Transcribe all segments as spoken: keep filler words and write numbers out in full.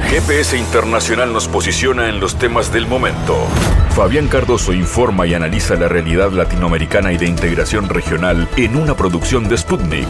G P S Internacional nos posiciona en los temas del momento. Fabián Cardoso informa y analiza la realidad latinoamericana y de integración regional en una producción de Sputnik.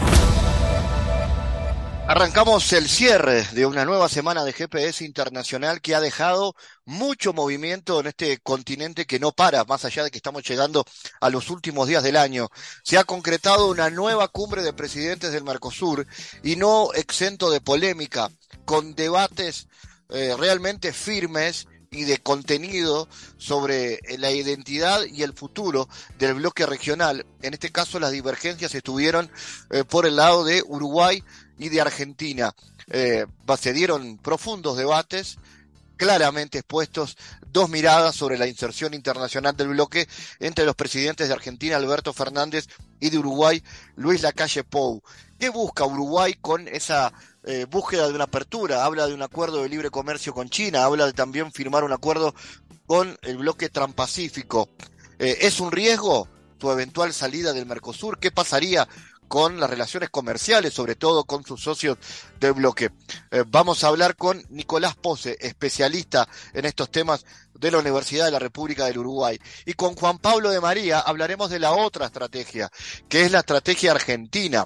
Arrancamos el cierre de una nueva semana de G P S Internacional que ha dejado mucho movimiento en este continente que no para, más allá de que estamos llegando a los últimos días del año. Se ha concretado una nueva cumbre de presidentes del Mercosur y no exento de polémica, con debates eh, realmente firmes y de contenido sobre la identidad y el futuro del bloque regional. En este caso las divergencias estuvieron eh, por el lado de Uruguay y de Argentina. Eh, se dieron profundos debates, claramente expuestos dos miradas sobre la inserción internacional del bloque entre los presidentes de Argentina, Alberto Fernández, y de Uruguay, Luis Lacalle Pou. ¿Qué busca Uruguay con esa eh, búsqueda de una apertura? Habla de un acuerdo de libre comercio con China, habla de también firmar un acuerdo con el bloque transpacífico. Eh, ¿Es un riesgo su eventual salida del Mercosur? ¿Qué pasaría con las relaciones comerciales, sobre todo con sus socios del bloque? Eh, vamos a hablar con Nicolás Pose, especialista en estos temas de la Universidad de la República del Uruguay. Y con Juan Pablo de María hablaremos de la otra estrategia, que es la estrategia argentina,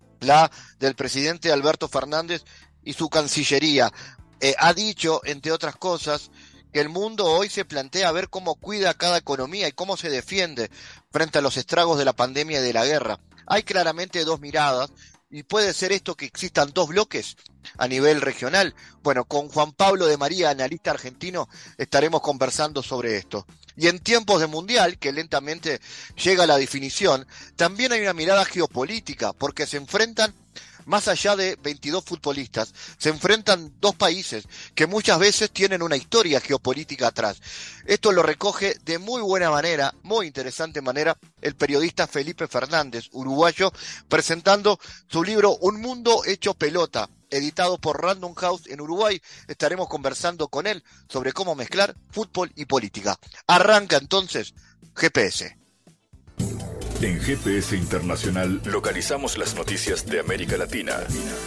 la del presidente Alberto Fernández y su Cancillería. Eh, ha dicho, entre otras cosas, que el mundo hoy se plantea ver cómo cuida cada economía y cómo se defiende frente a los estragos de la pandemia y de la guerra. Hay claramente dos miradas, y puede ser esto que existan dos bloques a nivel regional. Bueno, con Juan Pablo de María, analista argentino, estaremos conversando sobre esto. Y en tiempos de mundial, que lentamente llega a la definición, también hay una mirada geopolítica, porque se enfrentan, más allá de veintidós futbolistas, se enfrentan dos países que muchas veces tienen una historia geopolítica atrás. Esto lo recoge de muy buena manera, muy interesante manera, el periodista Felipe Fernández, uruguayo, presentando su libro Un Mundo Hecho Pelota, editado por Random House en Uruguay. Estaremos conversando con él sobre cómo mezclar fútbol y política. Arranca entonces G P S. En G P S Internacional localizamos las noticias de América Latina.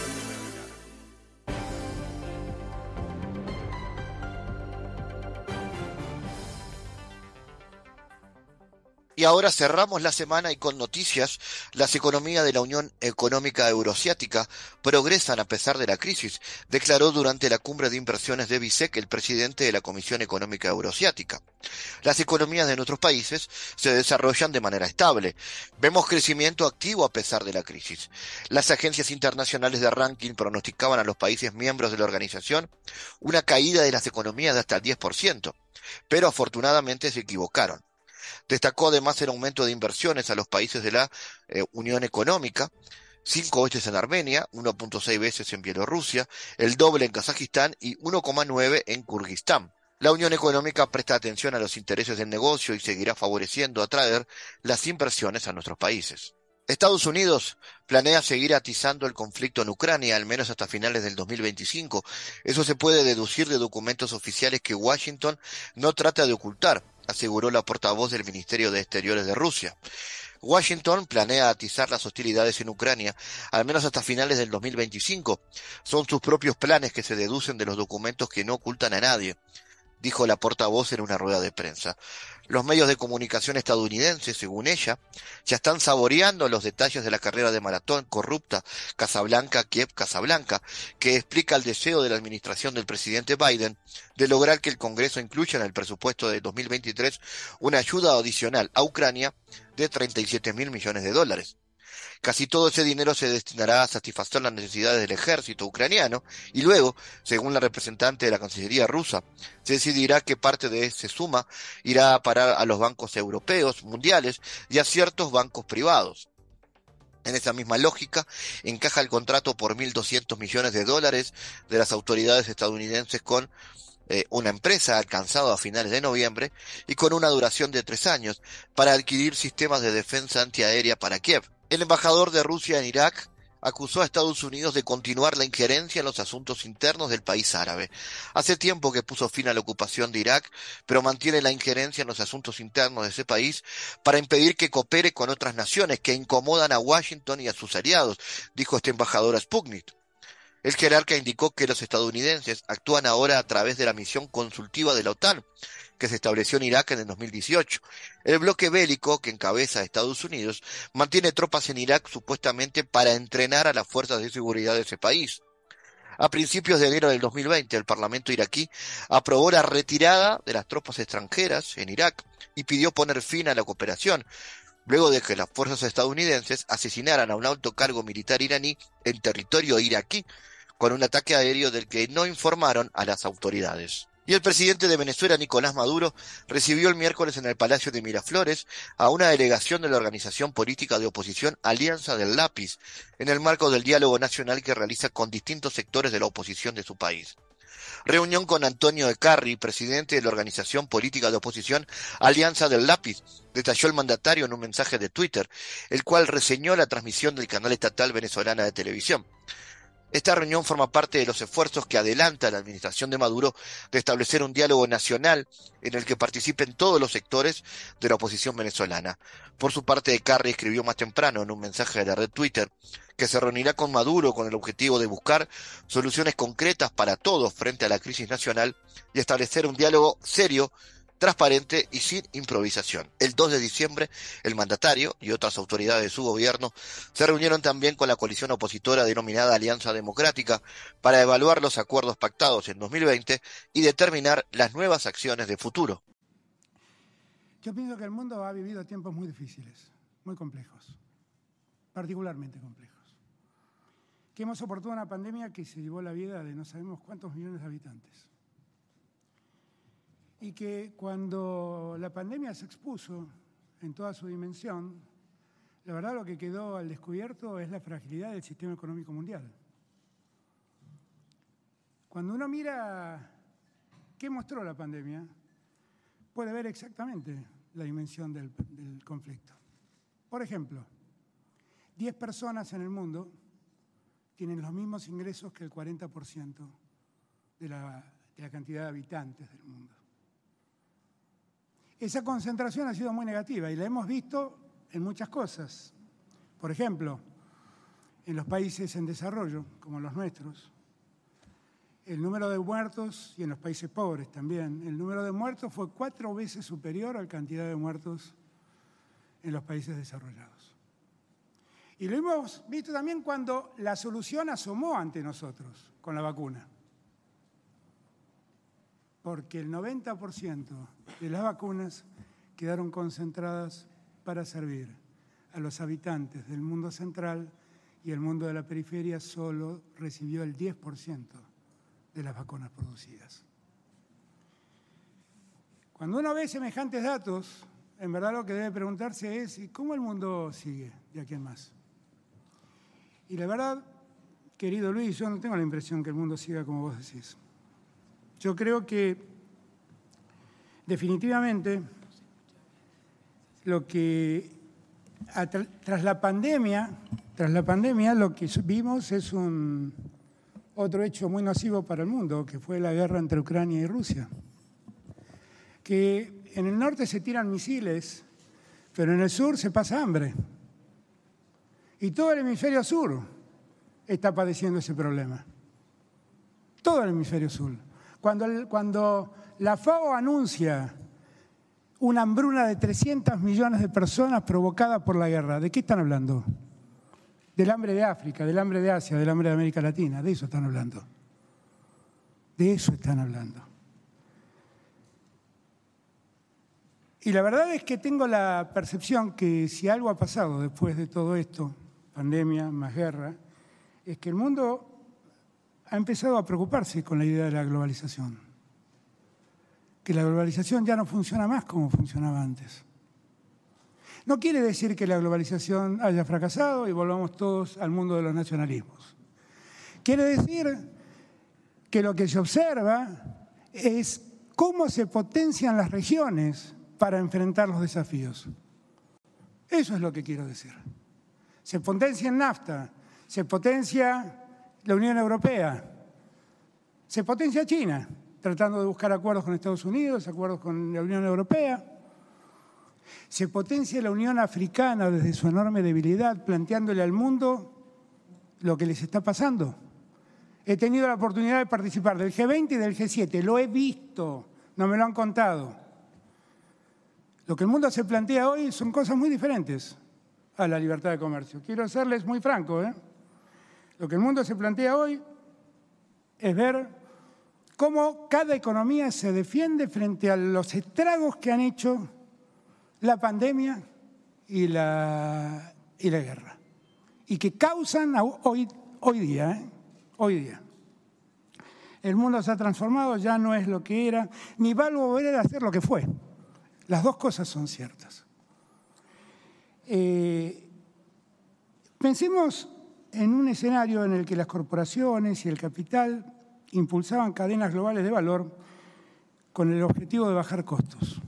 Y ahora cerramos la semana y con noticias. Las economías de la Unión Económica Euroasiática progresan a pesar de la crisis, declaró durante la cumbre de inversiones de Bicek el presidente de la Comisión Económica Euroasiática. Las economías de nuestros países se desarrollan de manera estable. Vemos crecimiento activo a pesar de la crisis. Las agencias internacionales de ranking pronosticaban a los países miembros de la organización una caída de las economías de hasta el diez por ciento, pero afortunadamente se equivocaron. Destacó además el aumento de inversiones a los países de la eh, Unión Económica, cinco veces en Armenia, uno punto seis veces en Bielorrusia, el doble en Kazajistán y uno coma nueve en Kirguistán. La Unión Económica presta atención a los intereses del negocio y seguirá favoreciendo atraer las inversiones a nuestros países. Estados Unidos planea seguir atizando el conflicto en Ucrania, al menos hasta finales del dos mil veinticinco. Eso se puede deducir de documentos oficiales que Washington no trata de ocultar, aseguró la portavoz del Ministerio de Exteriores de Rusia. Washington planea atizar las hostilidades en Ucrania, al menos hasta finales del dos mil veinticinco. Son sus propios planes que se deducen de los documentos que no ocultan a nadie, dijo la portavoz en una rueda de prensa. Los medios de comunicación estadounidenses, según ella, ya están saboreando los detalles de la carrera de maratón corrupta Casablanca-Kiev-Casablanca, que explica el deseo de la administración del presidente Biden de lograr que el Congreso incluya en el presupuesto de dos mil veintitrés una ayuda adicional a Ucrania de treinta y siete mil millones de dólares. Casi todo ese dinero se destinará a satisfacer las necesidades del ejército ucraniano y luego, según la representante de la Cancillería rusa, se decidirá qué parte de esa suma irá a parar a los bancos europeos, mundiales y a ciertos bancos privados. En esa misma lógica, encaja el contrato por mil doscientos millones de dólares de las autoridades estadounidenses con eh, una empresa alcanzado a finales de noviembre y con una duración de tres años para adquirir sistemas de defensa antiaérea para Kiev. El embajador de Rusia en Irak acusó a Estados Unidos de continuar la injerencia en los asuntos internos del país árabe. Hace tiempo que puso fin a la ocupación de Irak, pero mantiene la injerencia en los asuntos internos de ese país para impedir que coopere con otras naciones que incomodan a Washington y a sus aliados, dijo este embajador a Sputnik. El jerarca indicó que los estadounidenses actúan ahora a través de la misión consultiva de la OTAN, que se estableció en Irak en el dos mil dieciocho. El bloque bélico que encabeza Estados Unidos mantiene tropas en Irak supuestamente para entrenar a las fuerzas de seguridad de ese país. A principios de enero del dos mil veinte, el Parlamento iraquí aprobó la retirada de las tropas extranjeras en Irak y pidió poner fin a la cooperación, luego de que las fuerzas estadounidenses asesinaran a un alto cargo militar iraní en territorio iraquí, con un ataque aéreo del que no informaron a las autoridades. Y el presidente de Venezuela, Nicolás Maduro, recibió el miércoles en el Palacio de Miraflores a una delegación de la organización política de oposición Alianza del Lápiz, en el marco del diálogo nacional que realiza con distintos sectores de la oposición de su país. Reunión con Antonio Ecarri, presidente de la organización política de oposición Alianza del Lápiz, detalló el mandatario en un mensaje de Twitter, el cual reseñó la transmisión del canal estatal venezolana de televisión. Esta reunión forma parte de los esfuerzos que adelanta la administración de Maduro de establecer un diálogo nacional en el que participen todos los sectores de la oposición venezolana. Por su parte, Ecarri escribió más temprano en un mensaje de la red Twitter que se reunirá con Maduro con el objetivo de buscar soluciones concretas para todos frente a la crisis nacional y establecer un diálogo serio, transparente y sin improvisación. El dos de diciembre, el mandatario y otras autoridades de su gobierno se reunieron también con la coalición opositora denominada Alianza Democrática para evaluar los acuerdos pactados en dos mil veinte y determinar las nuevas acciones de futuro. Yo pienso que el mundo ha vivido tiempos muy difíciles, muy complejos, particularmente complejos. Que hemos soportado una pandemia que se llevó la vida de no sabemos cuántos millones de habitantes. Y que cuando la pandemia se expuso en toda su dimensión, la verdad lo que quedó al descubierto es la fragilidad del sistema económico mundial. Cuando uno mira qué mostró la pandemia, puede ver exactamente la dimensión del, del conflicto. Por ejemplo, diez personas en el mundo tienen los mismos ingresos que el cuarenta por ciento de la, de la cantidad de habitantes del mundo. Esa concentración ha sido muy negativa y la hemos visto en muchas cosas. Por ejemplo, en los países en desarrollo, como los nuestros, el número de muertos, y en los países pobres también, el número de muertos fue cuatro veces superior a la cantidad de muertos en los países desarrollados. Y lo hemos visto también cuando la solución asomó ante nosotros con la vacuna. Porque el noventa por ciento de las vacunas quedaron concentradas para servir a los habitantes del mundo central y el mundo de la periferia solo recibió el diez por ciento de las vacunas producidas. Cuando uno ve semejantes datos, en verdad lo que debe preguntarse es ¿cómo el mundo sigue de aquí en más? Y la verdad, querido Luis, yo no tengo la impresión que el mundo siga como vos decís. Yo creo que definitivamente lo que tras la pandemia, tras la pandemia lo que vimos es un otro hecho muy nocivo para el mundo, que fue la guerra entre Ucrania y Rusia. Que en el norte se tiran misiles, pero en el sur se pasa hambre. Y todo el hemisferio sur está padeciendo ese problema. Todo el hemisferio sur. Cuando, el, cuando la FAO anuncia una hambruna de trescientos millones de personas provocada por la guerra, ¿de qué están hablando? Del hambre de África, del hambre de Asia, del hambre de América Latina, de eso están hablando. De eso están hablando. Y la verdad es que tengo la percepción que si algo ha pasado después de todo esto, pandemia, más guerra, es que el mundo ha empezado a preocuparse con la idea de la globalización. Que la globalización ya no funciona más como funcionaba antes. No quiere decir que la globalización haya fracasado y volvamos todos al mundo de los nacionalismos. Quiere decir que lo que se observa es cómo se potencian las regiones para enfrentar los desafíos. Eso es lo que quiero decir. Se potencia en NAFTA, se potencia la Unión Europea, se potencia China, tratando de buscar acuerdos con Estados Unidos, acuerdos con la Unión Europea. Se potencia la Unión Africana desde su enorme debilidad, planteándole al mundo lo que les está pasando. He tenido la oportunidad de participar del G veinte y del G siete, lo he visto, no me lo han contado. Lo que el mundo se plantea hoy son cosas muy diferentes a la libertad de comercio. Quiero serles muy franco, ¿eh? Lo que el mundo se plantea hoy es ver cómo cada economía se defiende frente a los estragos que han hecho la pandemia y la, y la guerra, y que causan hoy, hoy día, ¿eh? hoy día. El mundo se ha transformado, ya no es lo que era, ni va a volver a ser lo que fue. Las dos cosas son ciertas. Eh, pensemos en un escenario en el que las corporaciones y el capital impulsaban cadenas globales de valor con el objetivo de bajar costos.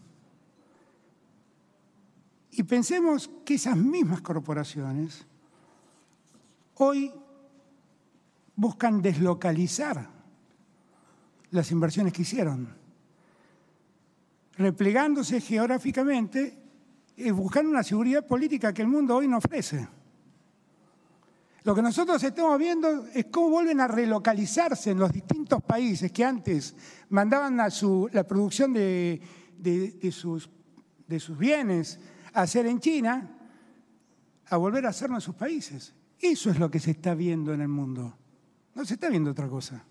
Y pensemos que esas mismas corporaciones hoy buscan deslocalizar las inversiones que hicieron, replegándose geográficamente y buscando una seguridad política que el mundo hoy no ofrece. Lo que nosotros estamos viendo es cómo vuelven a relocalizarse en los distintos países que antes mandaban a su, la producción de, de, de, sus, de sus bienes a hacer en China, a volver a hacerlo en sus países. Eso es lo que se está viendo en el mundo. No se está viendo otra cosa.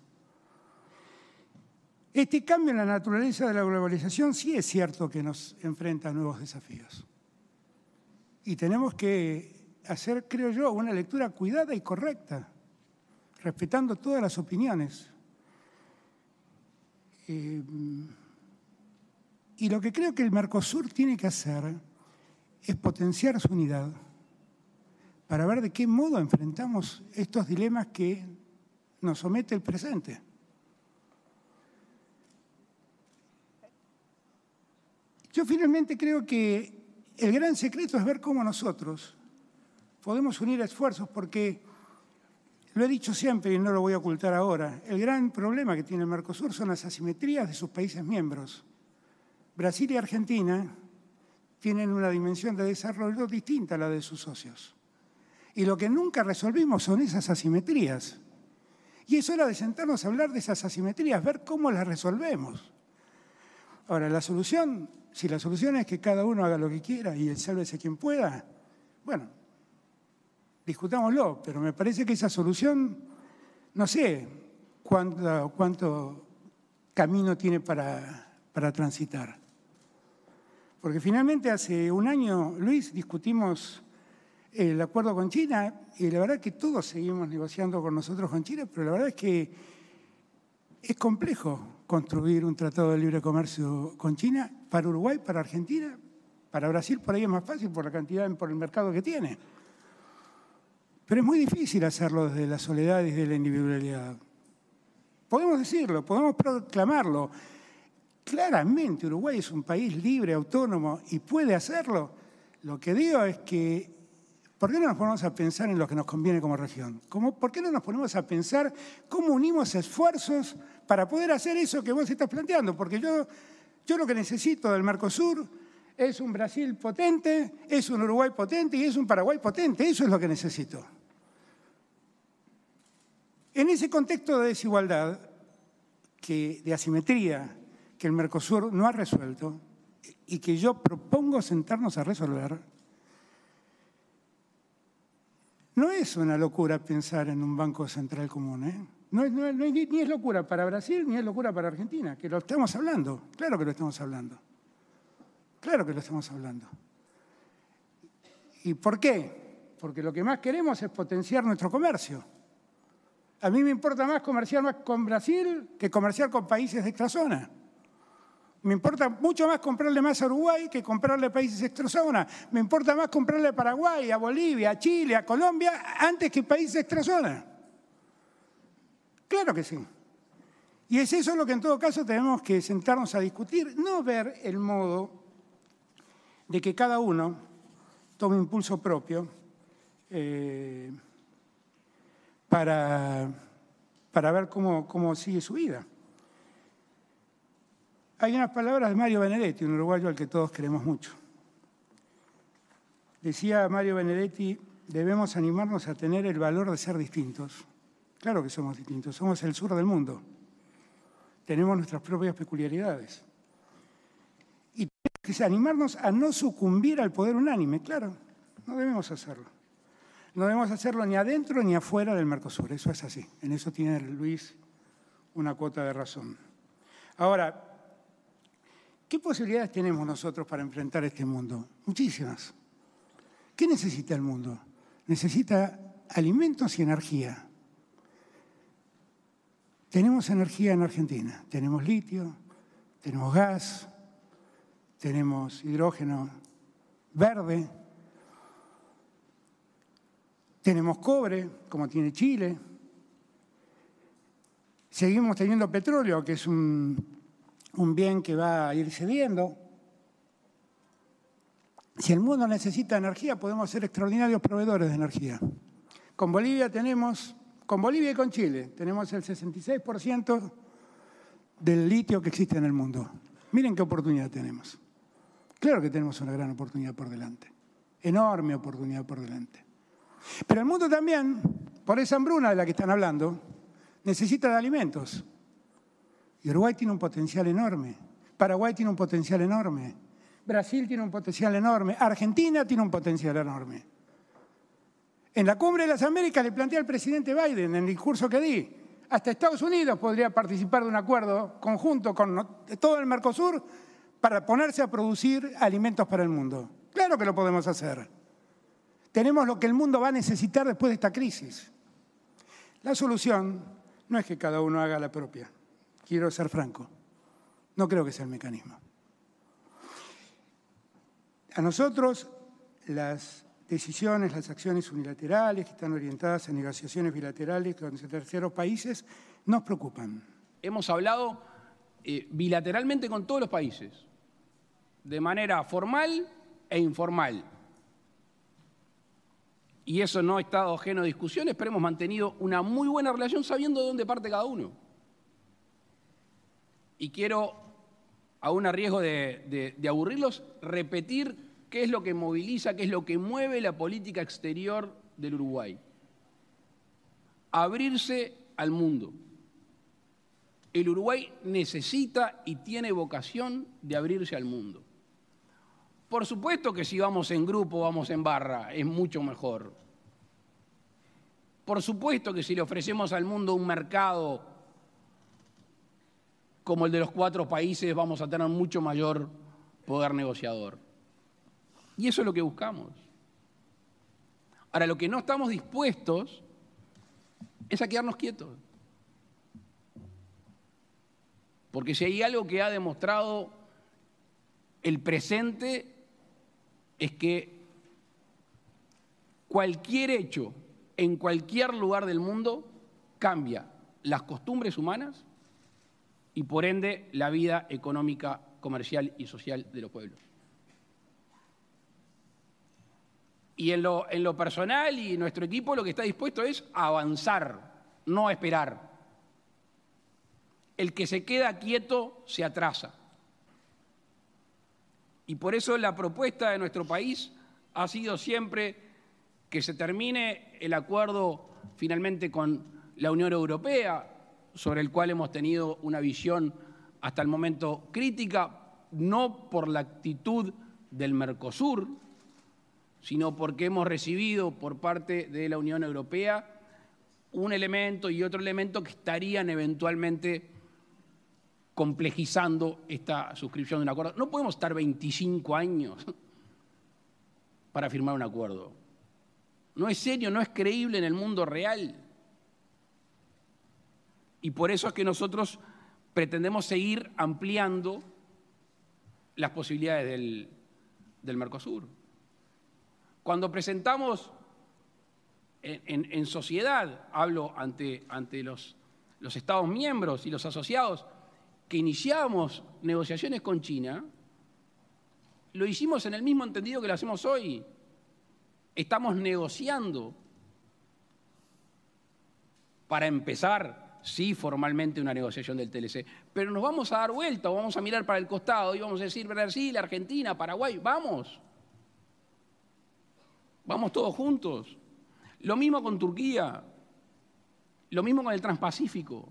Este cambio en la naturaleza de la globalización sí es cierto que nos enfrenta a nuevos desafíos. Y tenemos que hacer, creo yo, una lectura cuidada y correcta, respetando todas las opiniones. Eh, y lo que creo que el Mercosur tiene que hacer es potenciar su unidad para ver de qué modo enfrentamos estos dilemas que nos somete el presente. Yo finalmente creo que el gran secreto es ver cómo nosotros podemos unir esfuerzos, porque, lo he dicho siempre y no lo voy a ocultar ahora, el gran problema que tiene el Mercosur son las asimetrías de sus países miembros. Brasil y Argentina tienen una dimensión de desarrollo distinta a la de sus socios. Y lo que nunca resolvimos son esas asimetrías. Y es hora de sentarnos a hablar de esas asimetrías, ver cómo las resolvemos. Ahora, la solución, si la solución es que cada uno haga lo que quiera y sálvese quien pueda, bueno, discutámoslo, pero me parece que esa solución, no sé cuánto, cuánto camino tiene para, para transitar. Porque finalmente hace un año, Luis, discutimos el acuerdo con China y la verdad es que todos seguimos negociando con nosotros con China, pero la verdad es que es complejo construir un tratado de libre comercio con China para Uruguay, para Argentina, para Brasil por ahí es más fácil por la cantidad, por el mercado que tiene. Pero es muy difícil hacerlo desde la soledad y desde la individualidad. Podemos decirlo, podemos proclamarlo. Claramente Uruguay es un país libre, autónomo y puede hacerlo. Lo que digo es que, ¿por qué no nos ponemos a pensar en lo que nos conviene como región? ¿Cómo, ¿Por qué no nos ponemos a pensar cómo unimos esfuerzos para poder hacer eso que vos estás planteando? Porque yo, yo lo que necesito del Mercosur es un Brasil potente, es un Uruguay potente y es un Paraguay potente. Eso es lo que necesito. En ese contexto de desigualdad, que, de asimetría, que el Mercosur no ha resuelto y que yo propongo sentarnos a resolver, no es una locura pensar en un Banco Central común, ¿eh? No es, no es, no es, ni es locura para Brasil ni es locura para Argentina, que lo estamos hablando, claro que lo estamos hablando. Claro que lo estamos hablando. ¿Y por qué? Porque lo que más queremos es potenciar nuestro comercio. A mí me importa más comerciar más con Brasil que comerciar con países de extrazona. Me importa mucho más comprarle más a Uruguay que comprarle a países de extrazona. Me importa más comprarle a Paraguay, a Bolivia, a Chile, a Colombia, antes que países de extrazona. Claro que sí. Y es eso lo que en todo caso tenemos que sentarnos a discutir, no ver el modo de que cada uno tome impulso propio eh, para, para ver cómo, cómo sigue su vida. Hay unas palabras de Mario Benedetti, un uruguayo al que todos queremos mucho. Decía Mario Benedetti, debemos animarnos a tener el valor de ser distintos, Claro que somos distintos, somos el sur del mundo. Tenemos nuestras propias peculiaridades. Y tenemos que animarnos a no sucumbir al poder unánime, claro, no debemos hacerlo. No debemos hacerlo ni adentro ni afuera del Mercosur, eso es así. En eso tiene Luis una cuota de razón. Ahora, ¿qué posibilidades tenemos nosotros para enfrentar este mundo? Muchísimas. ¿Qué necesita el mundo? Necesita alimentos y energía. Tenemos energía en Argentina, tenemos litio, tenemos gas, tenemos hidrógeno verde, tenemos cobre, como tiene Chile, seguimos teniendo petróleo, que es un, un bien que va a ir cediendo. Si el mundo necesita energía, podemos ser extraordinarios proveedores de energía. Con Bolivia tenemos... Con Bolivia y con Chile tenemos el sesenta y seis por ciento del litio que existe en el mundo. Miren qué oportunidad tenemos. Claro que tenemos una gran oportunidad por delante, enorme oportunidad por delante. Pero el mundo también, por esa hambruna de la que están hablando, necesita de alimentos. Y Uruguay tiene un potencial enorme, Paraguay tiene un potencial enorme, Brasil tiene un potencial enorme, Argentina tiene un potencial enorme. En la Cumbre de las Américas le planteé al presidente Biden, en el discurso que di, hasta Estados Unidos podría participar de un acuerdo conjunto con todo el Mercosur para ponerse a producir alimentos para el mundo. Claro que lo podemos hacer. Tenemos lo que el mundo va a necesitar después de esta crisis. La solución no es que cada uno haga la propia. Quiero ser franco. No creo que sea el mecanismo. A nosotros las decisiones, las acciones unilaterales que están orientadas a negociaciones bilaterales con terceros países, nos preocupan. Hemos hablado eh, bilateralmente con todos los países, de manera formal e informal. Y eso no ha estado ajeno a discusiones, pero hemos mantenido una muy buena relación sabiendo de dónde parte cada uno. Y quiero, aún a riesgo de, de, de aburrirlos, repetir qué es lo que moviliza, qué es lo que mueve la política exterior del Uruguay. Abrirse al mundo. El Uruguay necesita y tiene vocación de abrirse al mundo. Por supuesto que si vamos en grupo, vamos en barra, es mucho mejor. Por supuesto que si le ofrecemos al mundo un mercado como el de los cuatro países, vamos a tener mucho mayor poder negociador. Y eso es lo que buscamos. Ahora, lo que no estamos dispuestos es a quedarnos quietos. Porque si hay algo que ha demostrado el presente es que cualquier hecho en cualquier lugar del mundo cambia las costumbres humanas y por ende la vida económica, comercial y social de los pueblos. Y en lo, en lo personal y nuestro equipo lo que está dispuesto es a avanzar, no a esperar. El que se queda quieto se atrasa. Y por eso la propuesta de nuestro país ha sido siempre que se termine el acuerdo finalmente con la Unión Europea, sobre el cual hemos tenido una visión hasta el momento crítica, no por la actitud del Mercosur, sino porque hemos recibido por parte de la Unión Europea un elemento y otro elemento que estarían eventualmente complejizando esta suscripción de un acuerdo. No podemos estar veinticinco años para firmar un acuerdo. No es serio, no es creíble en el mundo real. Y por eso es que nosotros pretendemos seguir ampliando las posibilidades del, del Mercosur. Cuando presentamos en, en, en sociedad, hablo ante, ante los, los Estados miembros y los asociados, que iniciamos negociaciones con China, lo hicimos en el mismo entendido que lo hacemos hoy. Estamos negociando para empezar, sí, formalmente una negociación del T L C, pero nos vamos a dar vuelta, o vamos a mirar para el costado y vamos a decir Brasil, Argentina, Paraguay, vamos. Vamos todos juntos. Lo mismo con Turquía, Lo mismo con el Transpacífico.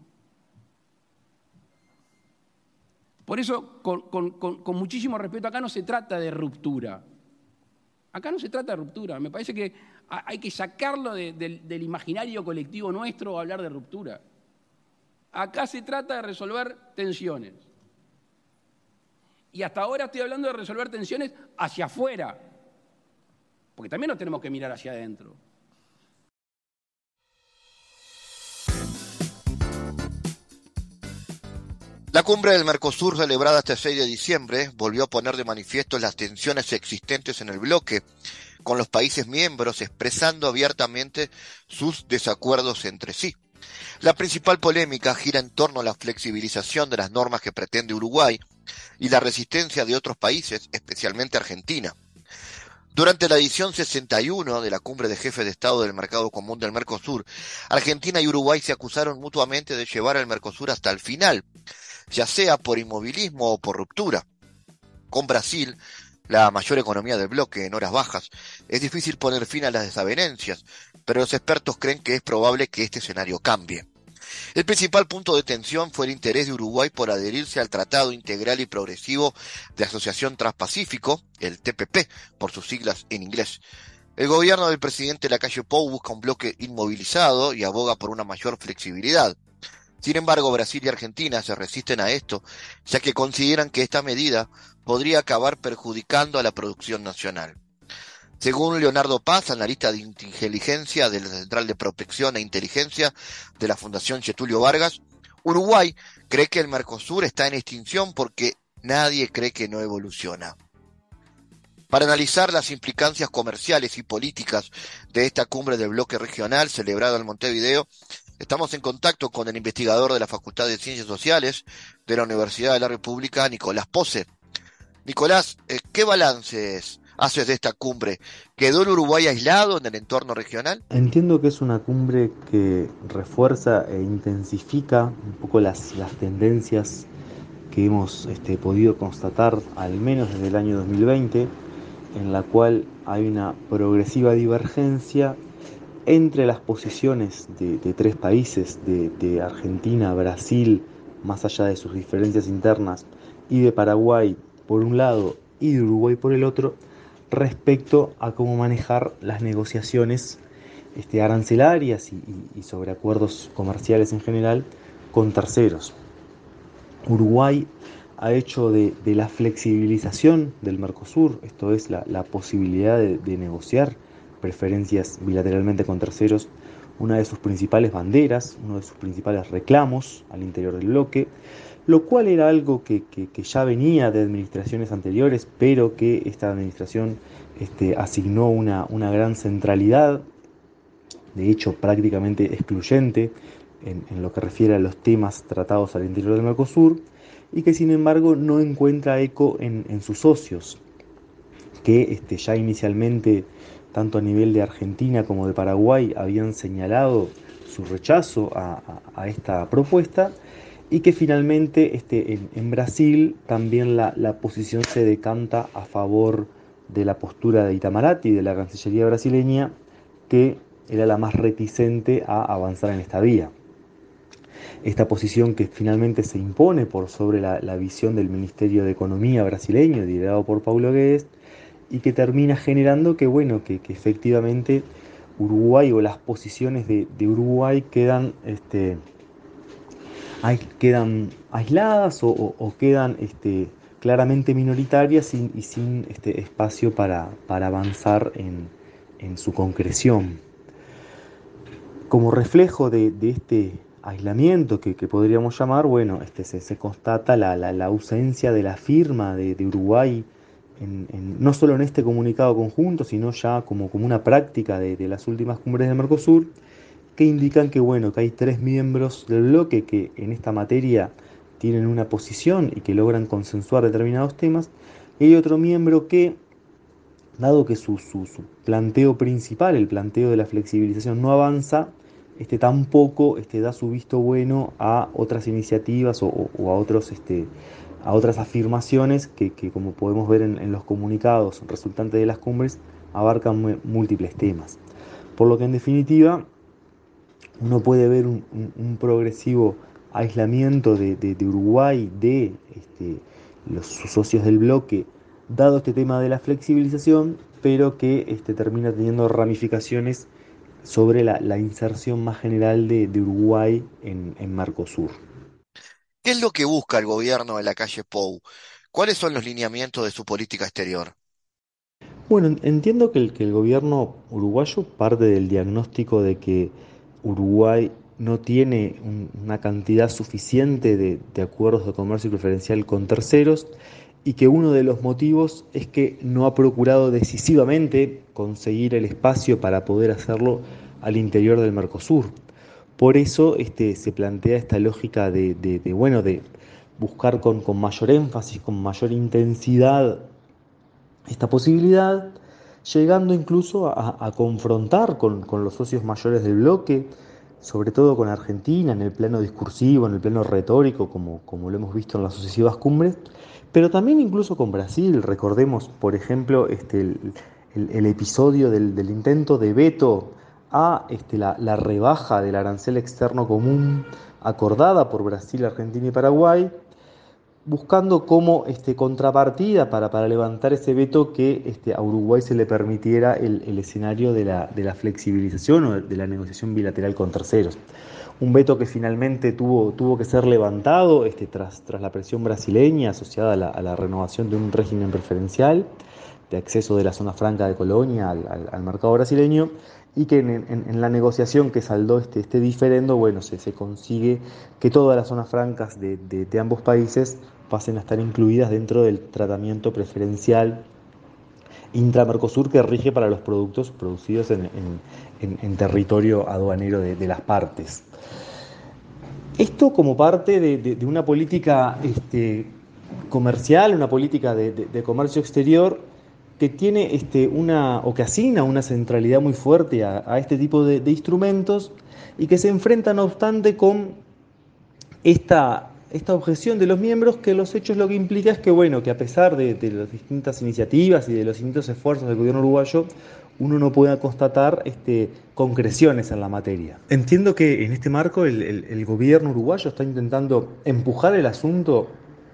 Por eso, con, con, con, con muchísimo respeto, acá no se trata de ruptura. Acá no se trata de ruptura. Me parece que hay que sacarlo de, de, del imaginario colectivo nuestro hablar de ruptura. Acá se trata de resolver tensiones. Y hasta ahora estoy hablando de resolver tensiones hacia afuera, porque también nos tenemos que mirar hacia adentro. La cumbre del Mercosur, celebrada este seis de diciembre, volvió a poner de manifiesto las tensiones existentes en el bloque, con los países miembros expresando abiertamente sus desacuerdos entre sí. La principal polémica gira en torno a la flexibilización de las normas que pretende Uruguay y la resistencia de otros países, especialmente Argentina. Durante la edición sesenta y uno de la Cumbre de Jefes de Estado del Mercado Común del Mercosur, Argentina y Uruguay se acusaron mutuamente de llevar al Mercosur hasta el final, ya sea por inmovilismo o por ruptura. Con Brasil, la mayor economía del bloque en horas bajas, es difícil poner fin a las desavenencias, pero los expertos creen que es probable que este escenario cambie. El principal punto de tensión fue el interés de Uruguay por adherirse al Tratado Integral y Progresivo de Asociación Transpacífico, el T P P, por sus siglas en inglés. El gobierno del presidente Lacalle Pou busca un bloque inmovilizado y aboga por una mayor flexibilidad. Sin embargo, Brasil y Argentina se resisten a esto, ya que consideran que esta medida podría acabar perjudicando a la producción nacional. Según Leonardo Paz, analista de inteligencia de la Central de Prospección e Inteligencia de la Fundación Getulio Vargas, Uruguay cree que el Mercosur está en extinción porque nadie cree que no evoluciona. Para analizar las implicancias comerciales y políticas de esta cumbre del bloque regional celebrada en Montevideo, estamos en contacto con el investigador de la Facultad de Ciencias Sociales de la Universidad de la República, Nicolás Pose. Nicolás, ¿qué balances haces de esta cumbre? ¿Quedó el Uruguay aislado en el entorno regional? Entiendo que es una cumbre que refuerza e intensifica un poco las, las tendencias que hemos este, podido constatar, al menos desde el año dos mil veinte, en la cual hay una progresiva divergencia entre las posiciones de, de tres países, de, de Argentina, Brasil, más allá de sus diferencias internas, y de Paraguay por un lado y de Uruguay por el otro, respecto a cómo manejar las negociaciones este, arancelarias y, y, y sobre acuerdos comerciales en general con terceros. Uruguay ha hecho de, de la flexibilización del Mercosur, esto es la, la posibilidad de, de negociar preferencias bilateralmente con terceros, una de sus principales banderas, uno de sus principales reclamos al interior del bloque, lo cual era algo que, que, que ya venía de administraciones anteriores, pero que esta administración este, asignó una, una gran centralidad, de hecho prácticamente excluyente en, en lo que refiere a los temas tratados al interior del Mercosur, y que sin embargo no encuentra eco en, en sus socios, que este, ya inicialmente, tanto a nivel de Argentina como de Paraguay, habían señalado su rechazo a, a, a esta propuesta, y que finalmente este, en, en Brasil también la, la posición se decanta a favor de la postura de Itamaraty, de la Cancillería brasileña, que era la más reticente a avanzar en esta vía. Esta posición que finalmente se impone por sobre la, la visión del Ministerio de Economía brasileño, liderado por Paulo Guedes, y que termina generando que, bueno, que, que efectivamente Uruguay o las posiciones de, de Uruguay quedan, este, hay, quedan aisladas o, o, o quedan este, claramente minoritarias y, y sin este, espacio para, para avanzar en, en su concreción. Como reflejo de, de este aislamiento que, que podríamos llamar, bueno, este, se, se constata la, la, la ausencia de la firma de, de Uruguay, En, en, no solo en este comunicado conjunto, sino ya como, como una práctica de, de las últimas cumbres del Mercosur, que indican que, bueno, que hay tres miembros del bloque que en esta materia tienen una posición y que logran consensuar determinados temas, y hay otro miembro que, dado que su, su, su planteo principal, el planteo de la flexibilización, no avanza, este, tampoco este, da su visto bueno a otras iniciativas o, o a otros... Este, a otras afirmaciones que, que como podemos ver en, en los comunicados resultantes de las cumbres, abarcan múltiples temas. Por lo que en definitiva, uno puede ver un, un, un progresivo aislamiento de, de, de Uruguay de este, los sus socios del bloque, dado este tema de la flexibilización, pero que este, termina teniendo ramificaciones sobre la, la inserción más general de, de Uruguay en, en Mercosur. ¿Qué es lo que busca el gobierno de la calle Pou? ¿Cuáles son los lineamientos de su política exterior? Bueno, entiendo que el, que el gobierno uruguayo parte del diagnóstico de que Uruguay no tiene un- una cantidad suficiente de, de acuerdos de comercio preferencial con terceros y que uno de los motivos es que no ha procurado decisivamente conseguir el espacio para poder hacerlo al interior del Mercosur. Por eso este, se plantea esta lógica de, de- de, bueno, de buscar con, con mayor énfasis, con mayor intensidad esta posibilidad, llegando incluso a, a confrontar con, con los socios mayores del bloque, sobre todo con Argentina, en el plano discursivo, en el plano retórico, como, como lo hemos visto en las sucesivas cumbres, pero también incluso con Brasil. Recordemos, por ejemplo, este, el, el- el episodio del, del intento de veto a este, la, la rebaja del arancel externo común acordada por Brasil, Argentina y Paraguay, buscando como este, contrapartida para, para levantar ese veto que este, a Uruguay se le permitiera el, el escenario de la, de la flexibilización o de la negociación bilateral con terceros. Un veto que finalmente tuvo, tuvo que ser levantado este, tras, tras la presión brasileña asociada a la, a la renovación de un régimen preferencial de acceso de la zona franca de Colonia al, al, al mercado brasileño, y que en, en, en la negociación que saldó este, este diferendo, bueno, se, se consigue que todas las zonas francas de, de, de ambos países pasen a estar incluidas dentro del tratamiento preferencial intra-Mercosur que rige para los productos producidos en, en, en, en territorio aduanero de, de las partes. Esto como parte de, de, de una política este, comercial, una política de, de, de comercio exterior que tiene este, una, o que asigna una centralidad muy fuerte a, a este tipo de, de instrumentos y que se enfrenta, no obstante, con esta, esta objeción de los miembros, que los hechos lo que implica es que, bueno, que a pesar de, de las distintas iniciativas y de los distintos esfuerzos del gobierno uruguayo, uno no pueda constatar este, concreciones en la materia. Entiendo que en este marco el, el, el gobierno uruguayo está intentando empujar el asunto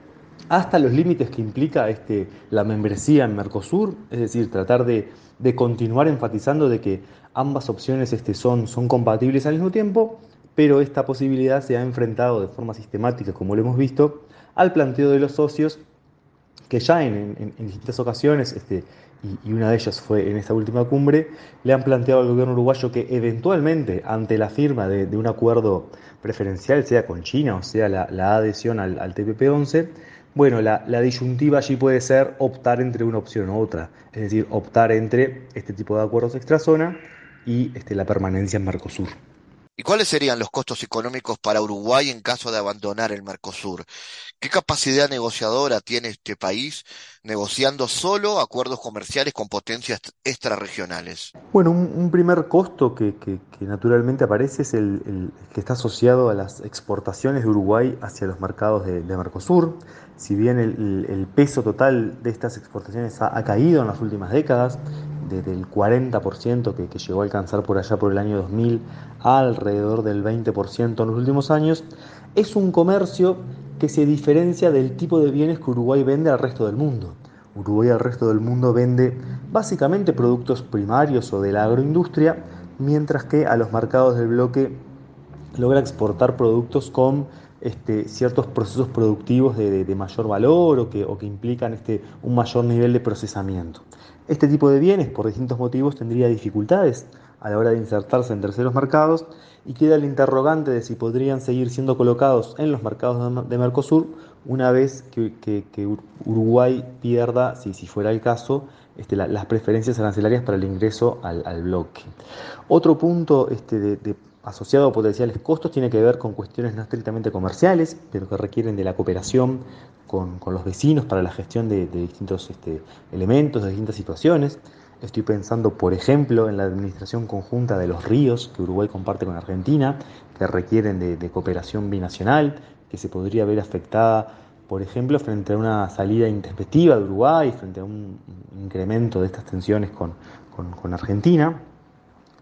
hasta los límites que implica este, la membresía en Mercosur, es decir, tratar de, de continuar enfatizando de que ambas opciones este, son, son compatibles al mismo tiempo, pero esta posibilidad se ha enfrentado de forma sistemática, como lo hemos visto, al planteo de los socios que ya en, en, en distintas ocasiones, este, y, y una de ellas fue en esta última cumbre, le han planteado al gobierno uruguayo que eventualmente, ante la firma de, de un acuerdo preferencial, sea con China o sea la, la adhesión al, al T P P once, bueno, la, la disyuntiva allí puede ser optar entre una opción u otra, es decir, optar entre este tipo de acuerdos extrazona y este, la permanencia en Mercosur. ¿Y cuáles serían los costos económicos para Uruguay en caso de abandonar el Mercosur? ¿Qué capacidad negociadora tiene este país negociando solo acuerdos comerciales con potencias extrarregionales? Bueno, un, un primer costo que, que- que naturalmente aparece es el, el que está asociado a las exportaciones de Uruguay hacia los mercados de, de Mercosur. Si bien el, el- el peso total de estas exportaciones ha, ha caído en las últimas décadas, desde el cuarenta por ciento que, que llegó a alcanzar por allá por el año dos mil a alrededor del veinte por ciento en los últimos años, es un comercio que se diferencia del tipo de bienes que Uruguay vende al resto del mundo. Uruguay al resto del mundo vende básicamente productos primarios o de la agroindustria, mientras que a los mercados del bloque logra exportar productos con este, ciertos procesos productivos de, de- de mayor valor o que, o que implican este, un mayor nivel de procesamiento. Este tipo de bienes, por distintos motivos, tendría dificultades a la hora de insertarse en terceros mercados y queda el interrogante de si podrían seguir siendo colocados en los mercados de, de Mercosur una vez que, que- que Uruguay pierda, si, si fuera el caso, este, la- las preferencias arancelarias para el ingreso al, al bloque. Otro punto este, de, de asociado a potenciales costos tiene que ver con cuestiones no estrictamente comerciales, pero que requieren de la cooperación con, con los vecinos para la gestión de, de distintos este, elementos, de distintas situaciones. Estoy pensando, por ejemplo, en la administración conjunta de los ríos que Uruguay comparte con Argentina, que requieren de, de cooperación binacional, que se podría ver afectada, por ejemplo, frente a una salida intempestiva de Uruguay, frente a un incremento de estas tensiones con, con, con Argentina.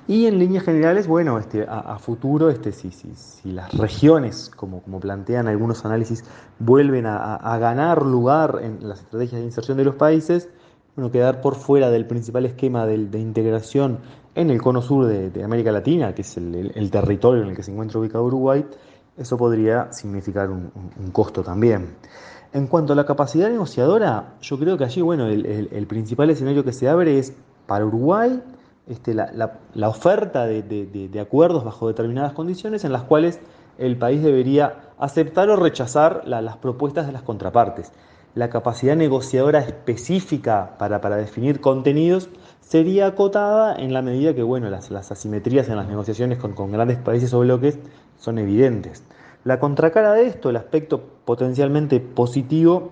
Y en líneas generales, bueno, este, a, a futuro, este, si, si, si las regiones, como, como plantean algunos análisis, vuelven a, a ganar lugar en las estrategias de inserción de los países, bueno, quedar por fuera del principal esquema de, de integración en el cono sur de, de América Latina, que es el, el, el territorio en el que se encuentra ubicado Uruguay, eso podría significar un, un, un costo también. En cuanto a la capacidad negociadora, yo creo que allí, bueno, el, el, el principal escenario que se abre es para Uruguay, Este, la, la, la oferta de, de, de acuerdos bajo determinadas condiciones en las cuales el país debería aceptar o rechazar la, las propuestas de las contrapartes. La capacidad negociadora específica para, para definir contenidos sería acotada en la medida que, bueno, las, las asimetrías en las negociaciones con, con grandes países o bloques son evidentes. La contracara de esto, el aspecto potencialmente positivo,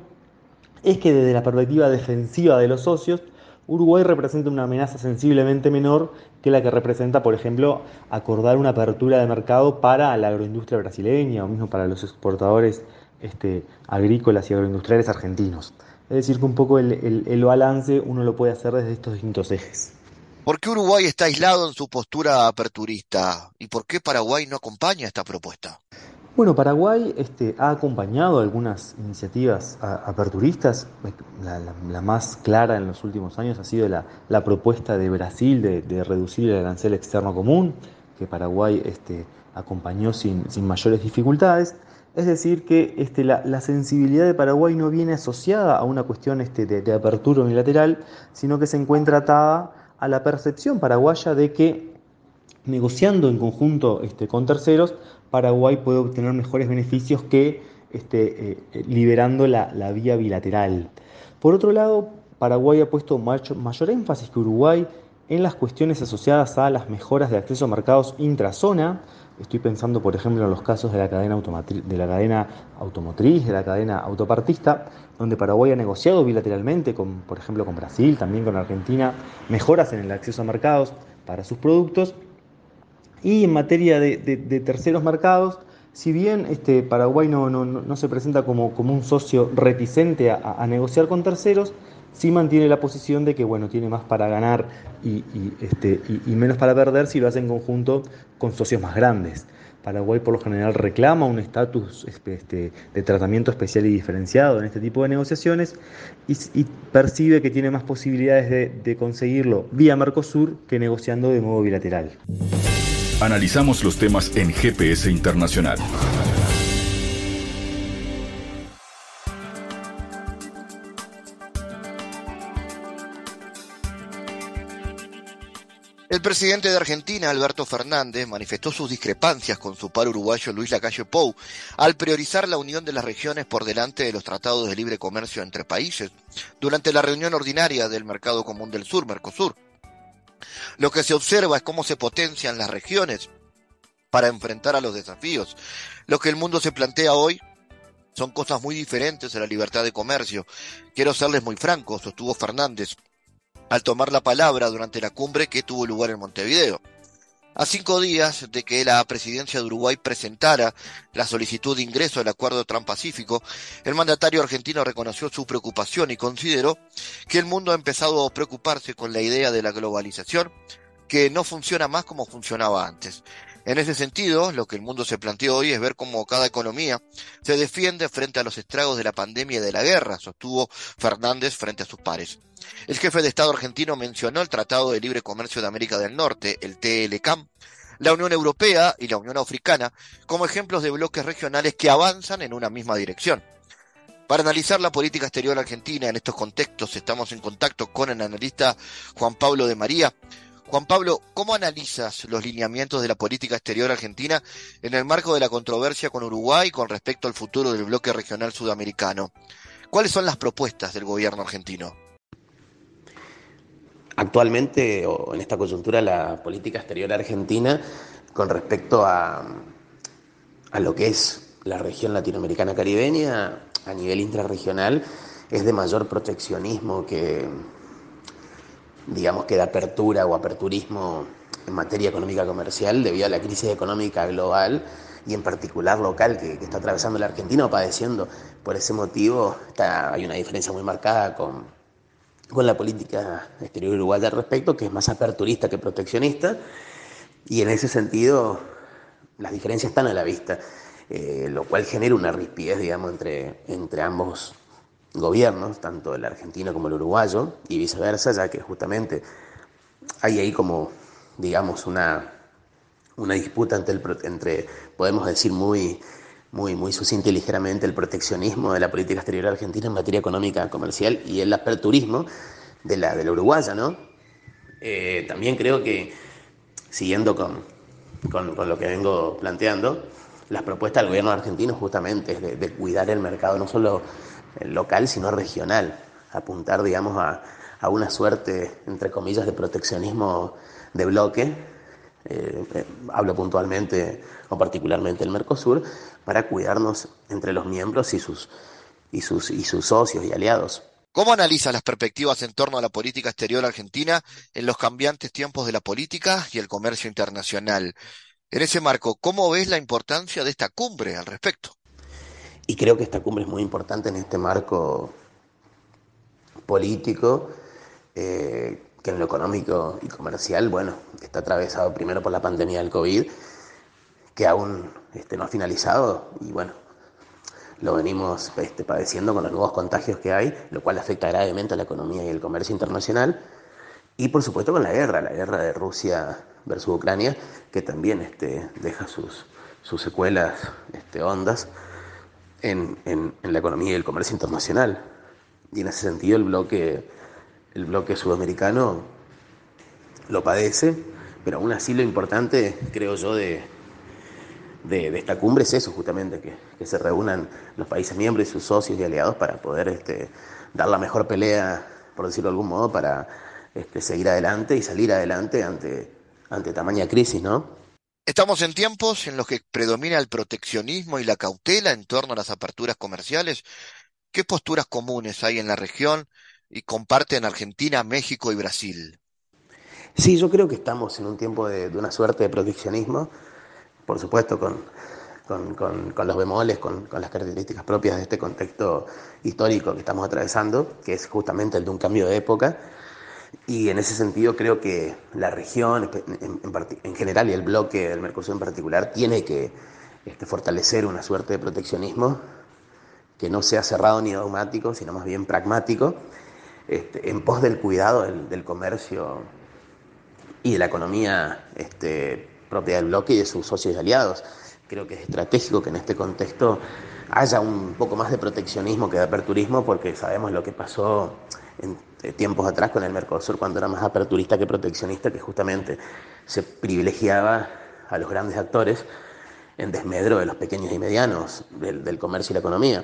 es que desde la perspectiva defensiva de los socios, Uruguay representa una amenaza sensiblemente menor que la que representa, por ejemplo, acordar una apertura de mercado para la agroindustria brasileña o mismo para los exportadores este, agrícolas y agroindustriales argentinos. Es decir, que un poco el, el, el balance uno lo puede hacer desde estos distintos ejes. ¿Por qué Uruguay está aislado en su postura aperturista? ¿Y por qué Paraguay no acompaña esta propuesta? Bueno, Paraguay este, ha acompañado algunas iniciativas a, aperturistas. La, la, la más clara en los últimos años ha sido la, la propuesta de Brasil de, de reducir el arancel externo común, que Paraguay este, acompañó sin, sin mayores dificultades. Es decir, que este, la, la sensibilidad de Paraguay no viene asociada a una cuestión este, de, de apertura unilateral, sino que se encuentra atada a la percepción paraguaya de que, negociando en conjunto este, con terceros, Paraguay puede obtener mejores beneficios que este, eh, liberando la, la vía bilateral. Por otro lado, Paraguay ha puesto mayor, mayor énfasis que Uruguay en las cuestiones asociadas a las mejoras de acceso a mercados intrazona. Estoy pensando, por ejemplo, en los casos de la cadena automotriz, de la cadena automotriz, de la cadena autopartista, donde Paraguay ha negociado bilateralmente, con, por ejemplo, con Brasil, también con Argentina, mejoras en el acceso a mercados para sus productos. Y en materia de, de, de terceros mercados, si bien este, Paraguay no, no, no se presenta como, como un socio reticente a, a negociar con terceros, sí mantiene la posición de que bueno, tiene más para ganar y, y, este, y, y menos para perder si lo hace en conjunto con socios más grandes. Paraguay por lo general reclama un estatus este, de tratamiento especial y diferenciado en este tipo de negociaciones y, y percibe que tiene más posibilidades de, de conseguirlo vía Mercosur que negociando de modo bilateral. Analizamos los temas en G P S Internacional. El presidente de Argentina, Alberto Fernández, manifestó sus discrepancias con su par uruguayo Luis Lacalle Pou al priorizar la unión de las regiones por delante de los tratados de libre comercio entre países durante la reunión ordinaria del Mercado Común del Sur, Mercosur. Lo que se observa es cómo se potencian las regiones para enfrentar a los desafíos. Lo que el mundo se plantea hoy son cosas muy diferentes a la libertad de comercio. Quiero serles muy franco, sostuvo Fernández al tomar la palabra durante la cumbre que tuvo lugar en Montevideo. A cinco días de que la presidencia de Uruguay presentara la solicitud de ingreso al Acuerdo Transpacífico, el mandatario argentino reconoció su preocupación y consideró que el mundo ha empezado a preocuparse con la idea de la globalización, que no funciona más como funcionaba antes. En ese sentido, lo que el mundo se planteó hoy es ver cómo cada economía se defiende frente a los estragos de la pandemia y de la guerra, sostuvo Fernández frente a sus pares. El jefe de Estado argentino mencionó el Tratado de Libre Comercio de América del Norte, el T L C A M, la Unión Europea y la Unión Africana como ejemplos de bloques regionales que avanzan en una misma dirección. Para analizar la política exterior argentina en estos contextos, estamos en contacto con el analista Juan Pablo de María. Juan Pablo, ¿cómo analizas los lineamientos de la política exterior argentina en el marco de la controversia con Uruguay con respecto al futuro del bloque regional sudamericano? ¿Cuáles son las propuestas del gobierno argentino? Actualmente, o en esta coyuntura, la política exterior argentina con respecto a, a lo que es la región latinoamericana caribeña a nivel intrarregional es de mayor proteccionismo que, digamos que de apertura o aperturismo en materia económica comercial debido a la crisis económica global y en particular local que, que está atravesando la Argentina o padeciendo. Por ese motivo está, hay una diferencia muy marcada con, con la política exterior uruguaya al respecto, que es más aperturista que proteccionista. Y en ese sentido, las diferencias están a la vista, eh, lo cual genera una rispidez, digamos, entre, entre ambos gobiernos, tanto el argentino como el uruguayo, y viceversa, ya que justamente hay ahí como, digamos, una, una disputa entre, el, entre, podemos decir muy, muy, muy sucinta y ligeramente, el proteccionismo de la política exterior argentina en materia económica comercial y el aperturismo de la, de la uruguaya, ¿no? Eh, también creo que, siguiendo con, con, con lo que vengo planteando, las propuestas del gobierno argentino justamente es de, de cuidar el mercado no solo local, sino regional, apuntar, digamos, a, a una suerte, entre comillas, de proteccionismo de bloque, eh, eh, hablo puntualmente o particularmente del Mercosur, para cuidarnos entre los miembros y sus, y sus, y sus socios y aliados. ¿Cómo analiza las perspectivas en torno a la política exterior argentina en los cambiantes tiempos de la política y el comercio internacional? En ese marco, ¿cómo ves la importancia de esta cumbre al respecto? Y creo que esta cumbre es muy importante en este marco político, eh, que en lo económico y comercial, bueno, está atravesado primero por la pandemia del COVID, que aún este, no ha finalizado, y bueno, lo venimos este, padeciendo con los nuevos contagios que hay, lo cual afecta gravemente a la economía y el comercio internacional, y por supuesto con la guerra, la guerra de Rusia versus Ucrania, que también este, deja sus, sus secuelas este, hondas en, en, en la economía y el comercio internacional. Y en ese sentido el bloque, el bloque sudamericano lo padece, pero aún así lo importante, creo yo, de, de, de esta cumbre es eso, justamente, que, que se reúnan los países miembros y sus socios y aliados para poder este, dar la mejor pelea, por decirlo de algún modo, para este, seguir adelante y salir adelante ante, ante tamaña crisis, ¿no? Estamos en tiempos en los que predomina el proteccionismo y la cautela en torno a las aperturas comerciales. ¿Qué posturas comunes hay en la región y comparten Argentina, México y Brasil? Sí, yo creo que estamos en un tiempo de, de una suerte de proteccionismo, por supuesto con, con, con, con los bemoles, con, con las características propias de este contexto histórico que estamos atravesando, que es justamente el de un cambio de época. Y en ese sentido creo que la región en, en, en general y el bloque del Mercosur en particular tiene que este, fortalecer una suerte de proteccionismo que no sea cerrado ni dogmático, sino más bien pragmático, este, en pos del cuidado del, del comercio y de la economía este, propia del bloque y de sus socios y aliados. Creo que es estratégico que en este contexto haya un poco más de proteccionismo que de aperturismo, porque sabemos lo que pasó en tiempos atrás con el Mercosur, cuando era más aperturista que proteccionista, que justamente se privilegiaba a los grandes actores en desmedro de los pequeños y medianos, del, del comercio y la economía.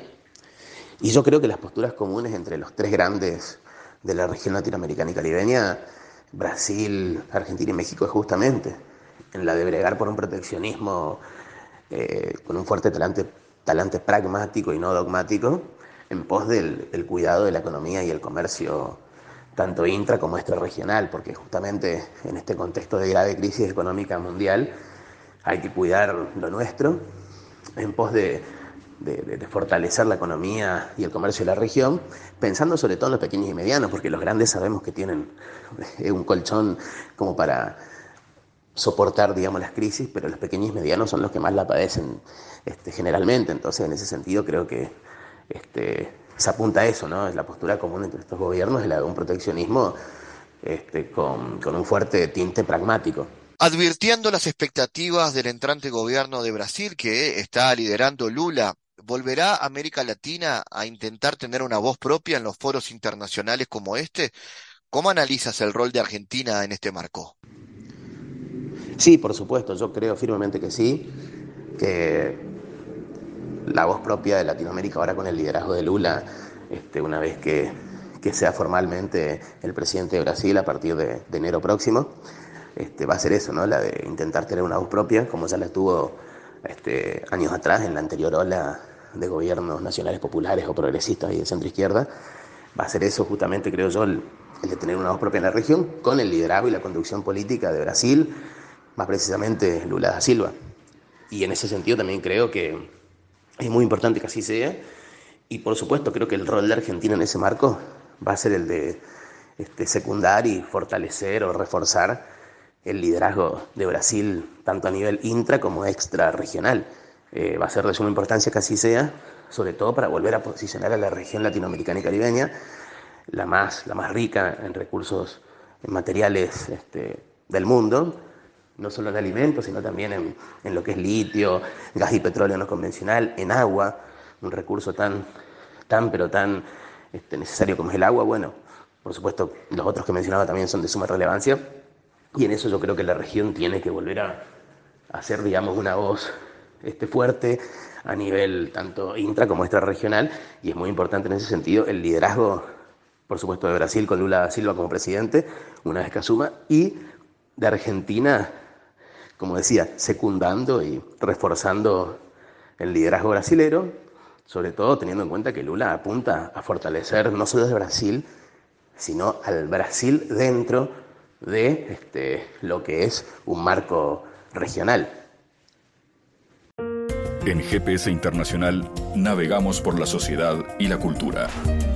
Y yo creo que las posturas comunes entre los tres grandes de la región latinoamericana y caribeña, Brasil, Argentina y México, es justamente en la de bregar por un proteccionismo eh, con un fuerte talante, talante pragmático y no dogmático, en pos del, del cuidado de la economía y el comercio tanto intra como extrarregional, porque justamente en este contexto de grave crisis económica mundial hay que cuidar lo nuestro en pos de, de, de fortalecer la economía y el comercio de la región, pensando sobre todo en los pequeños y medianos, porque los grandes sabemos que tienen un colchón como para soportar, digamos, las crisis, pero los pequeños y medianos son los que más la padecen este, generalmente. Entonces, en ese sentido, creo que este, se apunta a eso, ¿no? Es la postura común entre estos gobiernos, es la de un proteccionismo este, con, con un fuerte tinte pragmático. Advirtiendo las expectativas del entrante gobierno de Brasil que está liderando Lula, ¿volverá América Latina a intentar tener una voz propia en los foros internacionales como este? ¿Cómo analizas el rol de Argentina en este marco? Sí, por supuesto, yo creo firmemente que sí, que la voz propia de Latinoamérica ahora con el liderazgo de Lula, este, una vez que, que sea formalmente el presidente de Brasil a partir de, de enero próximo, este, va a ser eso, ¿no? La de intentar tener una voz propia, como ya la tuvo este, años atrás en la anterior ola de gobiernos nacionales populares o progresistas y de centro izquierda. Va a ser eso justamente, creo yo, el, el de tener una voz propia en la región, con el liderazgo y la conducción política de Brasil, más precisamente Lula da Silva. Y en ese sentido también creo que es muy importante que así sea, y por supuesto creo que el rol de Argentina en ese marco va a ser el de este, secundar y fortalecer o reforzar el liderazgo de Brasil, tanto a nivel intra como extra regional. Eh, va a ser de suma importancia que así sea, sobre todo para volver a posicionar a la región latinoamericana y caribeña, la más, la más rica en recursos materiales este, del mundo, no solo en alimentos, sino también en, en lo que es litio, gas y petróleo no convencional, en agua, un recurso tan, tan pero tan este, necesario como es el agua. Bueno, por supuesto, los otros que mencionaba también son de suma relevancia, y en eso yo creo que la región tiene que volver a, a ser, digamos, una voz este, fuerte a nivel tanto intra como extrarregional, y es muy importante en ese sentido el liderazgo, por supuesto, de Brasil con Lula da Silva como presidente, una vez que asuma, y de Argentina, como decía, secundando y reforzando el liderazgo brasilero, sobre todo teniendo en cuenta que Lula apunta a fortalecer no solo de Brasil, sino al Brasil dentro de este, lo que es un marco regional. En G P S Internacional navegamos por la sociedad y la cultura.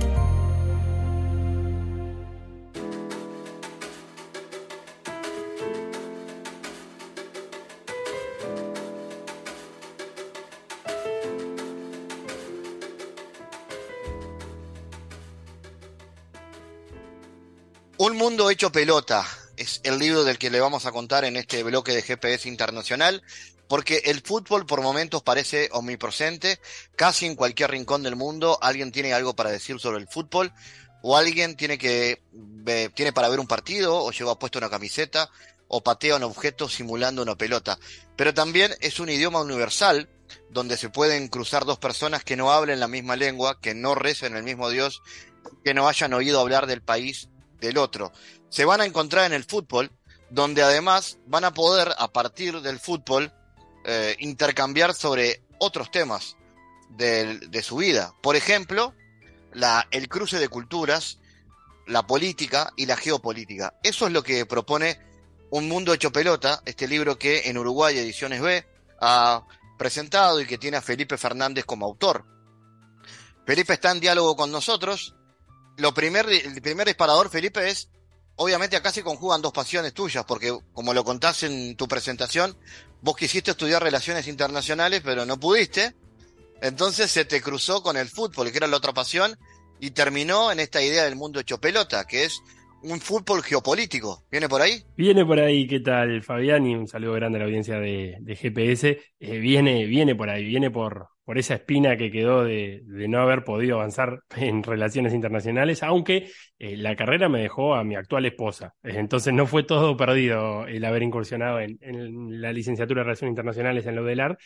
Un mundo hecho pelota es el libro del que le vamos a contar en este bloque de G P S Internacional, porque el fútbol por momentos parece omnipresente. Casi en cualquier rincón del mundo alguien tiene algo para decir sobre el fútbol, o alguien tiene que eh, tiene para ver un partido, o lleva puesto una camiseta, o patea un objeto simulando una pelota. Pero también es un idioma universal, donde se pueden cruzar dos personas que no hablen la misma lengua, que no recen el mismo Dios, que no hayan oído hablar del país del otro. Se van a encontrar en el fútbol, donde además van a poder, a partir del fútbol, eh, intercambiar sobre otros temas de, de su vida. Por ejemplo, la, el cruce de culturas, la política y la geopolítica. Eso es lo que propone Un Mundo Hecho Pelota, este libro que en Uruguay Ediciones B ha presentado y que tiene a Felipe Fernández como autor. Felipe está en diálogo con nosotros. Lo primer, el primer disparador, Felipe, es, obviamente acá se conjugan dos pasiones tuyas, porque como lo contás en tu presentación, vos quisiste estudiar relaciones internacionales, pero no pudiste, entonces se te cruzó con el fútbol, que era la otra pasión, y terminó en esta idea del mundo hecho pelota, que es un fútbol geopolítico. ¿Viene por ahí? Viene por ahí, ¿qué tal, Fabián? Y un saludo grande a la audiencia de, de G P S. Eh, viene, viene por ahí, viene por, por esa espina que quedó de, de no haber podido avanzar en relaciones internacionales, aunque eh, la carrera me dejó a mi actual esposa. Eh, entonces no fue todo perdido el haber incursionado en, en la licenciatura de Relaciones Internacionales en la UDELAR.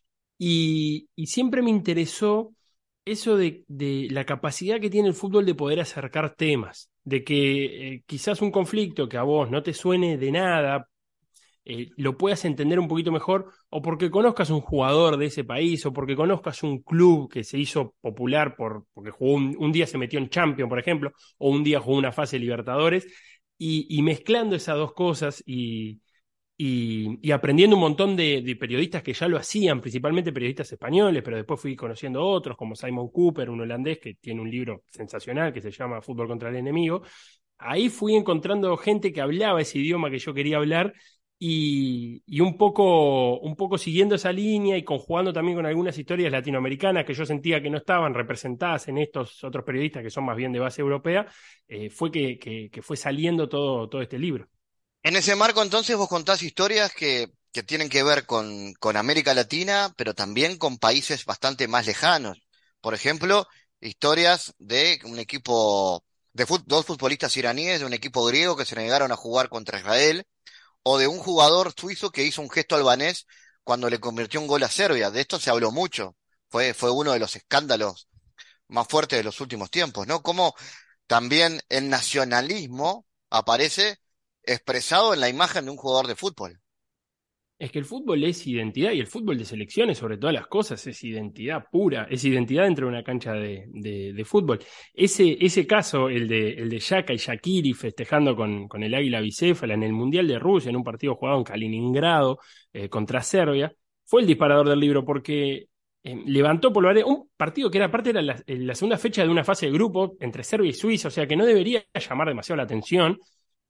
Y, y siempre me interesó eso de, de la capacidad que tiene el fútbol de poder acercar temas, de que eh, quizás un conflicto que a vos no te suene de nada, eh, lo puedas entender un poquito mejor, o porque conozcas un jugador de ese país, o porque conozcas un club que se hizo popular por, porque jugó un, un día se metió en Champions, por ejemplo, o un día jugó una fase de Libertadores, y, y mezclando esas dos cosas y... Y, y aprendiendo un montón de, de periodistas que ya lo hacían, principalmente periodistas españoles, pero después fui conociendo otros, como Simon Cooper, un holandés que tiene un libro sensacional que se llama Fútbol contra el enemigo. Ahí fui encontrando gente que hablaba ese idioma que yo quería hablar y, y un poco, un poco siguiendo esa línea y conjugando también con algunas historias latinoamericanas que yo sentía que no estaban representadas en estos otros periodistas que son más bien de base europea, eh, fue que, que, que fue saliendo todo, todo este libro. En ese marco, entonces, vos contás historias que, que tienen que ver con, con América Latina, pero también con países bastante más lejanos. Por ejemplo, historias de un equipo, de fut, dos futbolistas iraníes de un equipo griego que se negaron a jugar contra Israel, o de un jugador suizo que hizo un gesto albanés cuando le convirtió un gol a Serbia. De esto se habló mucho. Fue, fue uno de los escándalos más fuertes de los últimos tiempos, ¿no? Como también el nacionalismo aparece expresado en la imagen de un jugador de fútbol. Es que el fútbol es identidad, y el fútbol de selecciones, sobre todas las cosas, es identidad pura, es identidad dentro de una cancha de, de, de fútbol. Ese, ese caso, el de, el de Xhaka y Shaqiri festejando con, con el águila bicéfala en el Mundial de Rusia, en un partido jugado en Kaliningrado eh, contra Serbia, fue el disparador del libro, porque eh, levantó polvareda, un partido que era aparte era la, la segunda fecha de una fase de grupo entre Serbia y Suiza, o sea que no debería llamar demasiado la atención.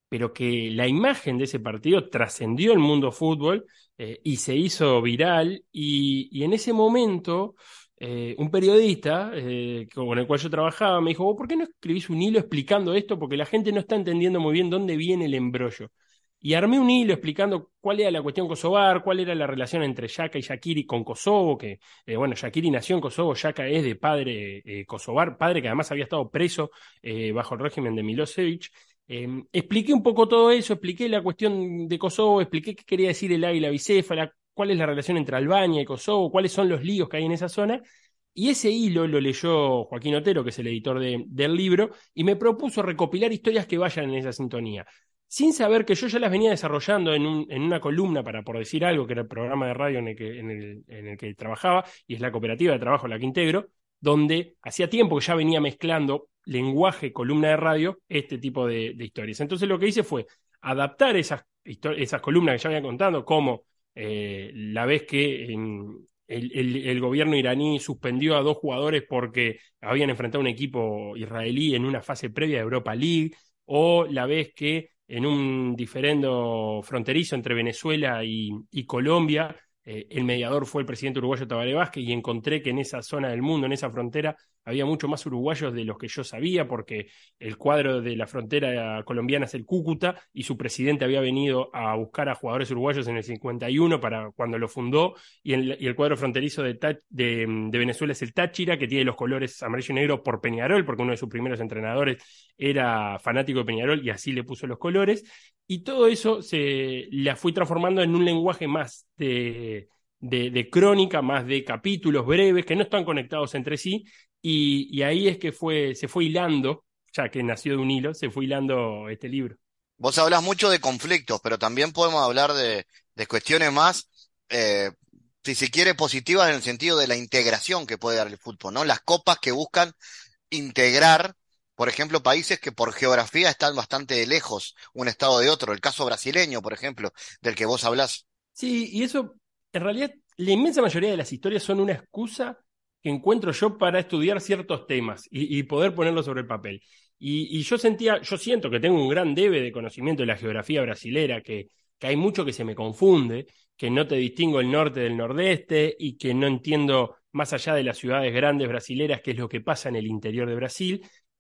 pero que la imagen de ese partido trascendió el mundo fútbol eh, y se hizo viral, y, y en ese momento eh, un periodista eh, con el cual yo trabajaba me dijo, ¿vos por qué no escribís un hilo explicando esto? Porque la gente no está entendiendo muy bien dónde viene el embrollo. Y armé un hilo explicando cuál era la cuestión kosovar, cuál era la relación entre Yaka y Shaqiri con Kosovo, que, eh, bueno, Shaqiri nació en Kosovo, Yaka es de padre eh, kosovar, padre que además había estado preso eh, bajo el régimen de Milosevic. Eh, expliqué un poco todo eso, expliqué la cuestión de Kosovo, expliqué qué quería decir el águila bicéfala, cuál es la relación entre Albania y Kosovo, cuáles son los líos que hay en esa zona. Y ese hilo lo leyó Joaquín Otero, que es el editor de, del libro, y me propuso recopilar historias que vayan en esa sintonía, sin saber que yo ya las venía desarrollando en, un, en una columna, para por decir algo, que era el programa de radio en el, que, en, el, en el que trabajaba, y es la cooperativa de trabajo en la que integro, donde hacía tiempo que ya venía mezclando lenguaje, columna de radio, este tipo de, de historias. Entonces lo que hice fue adaptar esas, esas columnas que ya venía contando, como eh, la vez que en, el, el, el gobierno iraní suspendió a dos jugadores porque habían enfrentado a un equipo israelí en una fase previa de Europa League, o la vez que en un diferendo fronterizo entre Venezuela y, y Colombia, eh, el mediador fue el presidente uruguayo Tabaré Vázquez, y encontré que en esa zona del mundo, en esa frontera, había mucho más uruguayos de los que yo sabía, porque el cuadro de la frontera colombiana es el Cúcuta, y su presidente había venido a buscar a jugadores uruguayos en el cincuenta y uno para cuando lo fundó, y el, y el cuadro fronterizo de, de, de Venezuela es el Táchira, que tiene los colores amarillo y negro por Peñarol, porque uno de sus primeros entrenadores era fanático de Peñarol y así le puso los colores, y todo eso se la fui transformando en un lenguaje más de, de, de crónica, más de capítulos breves que no están conectados entre sí, y, y ahí es que fue, se fue hilando, ya que nació de un hilo, se fue hilando este libro. Vos hablás mucho de conflictos, pero también podemos hablar de, de cuestiones más, eh, si se quiere, positivas en el sentido de la integración que puede dar el fútbol, ¿no? Las copas que buscan integrar, por ejemplo, países que por geografía están bastante lejos un estado de otro. El caso brasileño, por ejemplo, del que vos hablás. Sí, y eso, en realidad, la inmensa mayoría de las historias son una excusa que encuentro yo para estudiar ciertos temas y, y poder ponerlos sobre el papel. Y, y yo sentía, yo siento que tengo un gran debe de conocimiento de la geografía brasilera, que, que hay mucho que se me confunde, que no te distingo el norte del nordeste y que no entiendo más allá de las ciudades grandes brasileras qué es lo que pasa en el interior de Brasil.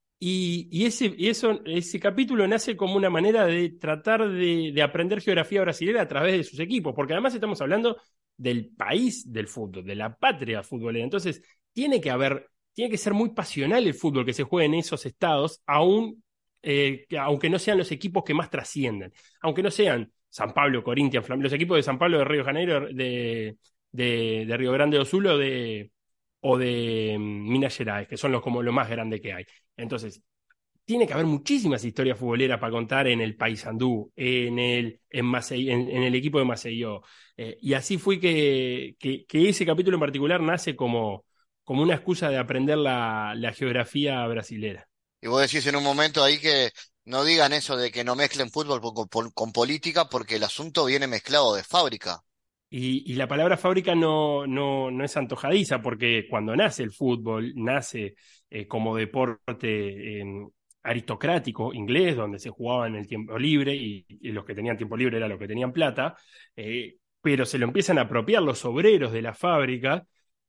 Y, y, ese, y eso, ese capítulo nace como una manera de tratar de, de aprender geografía brasilera a través de sus equipos, porque además estamos hablando del país del fútbol, de la patria futbolera. Entonces, tiene que haber, tiene que ser muy pasional el fútbol que se juega en esos estados, aún, eh, aunque no sean los equipos que más trascienden, aunque no sean San Pablo, Corinthians, Flam- los equipos de San Pablo, de Río de Janeiro, de, de, de Río Grande do Sul o de, o de Minas Gerais, que son los, como lo más grande que hay. Entonces, tiene que haber muchísimas historias futboleras para contar en el Paysandú, en el, en Macei, en, en el equipo de Maceió. Eh, y así fue que, que, que ese capítulo en particular nace como, como una excusa de aprender la, la geografía brasilera. Y vos decís en un momento ahí que no digan eso de que no mezclen fútbol con, con- con política, porque el asunto viene mezclado de fábrica. Y, y la palabra fábrica no, no, no es antojadiza, porque cuando nace el fútbol, nace eh, como deporte eh, aristocrático inglés, donde se jugaba en el tiempo libre, y, y los que tenían tiempo libre eran los que tenían plata, eh, pero se lo empiezan a apropiar los obreros de la fábrica,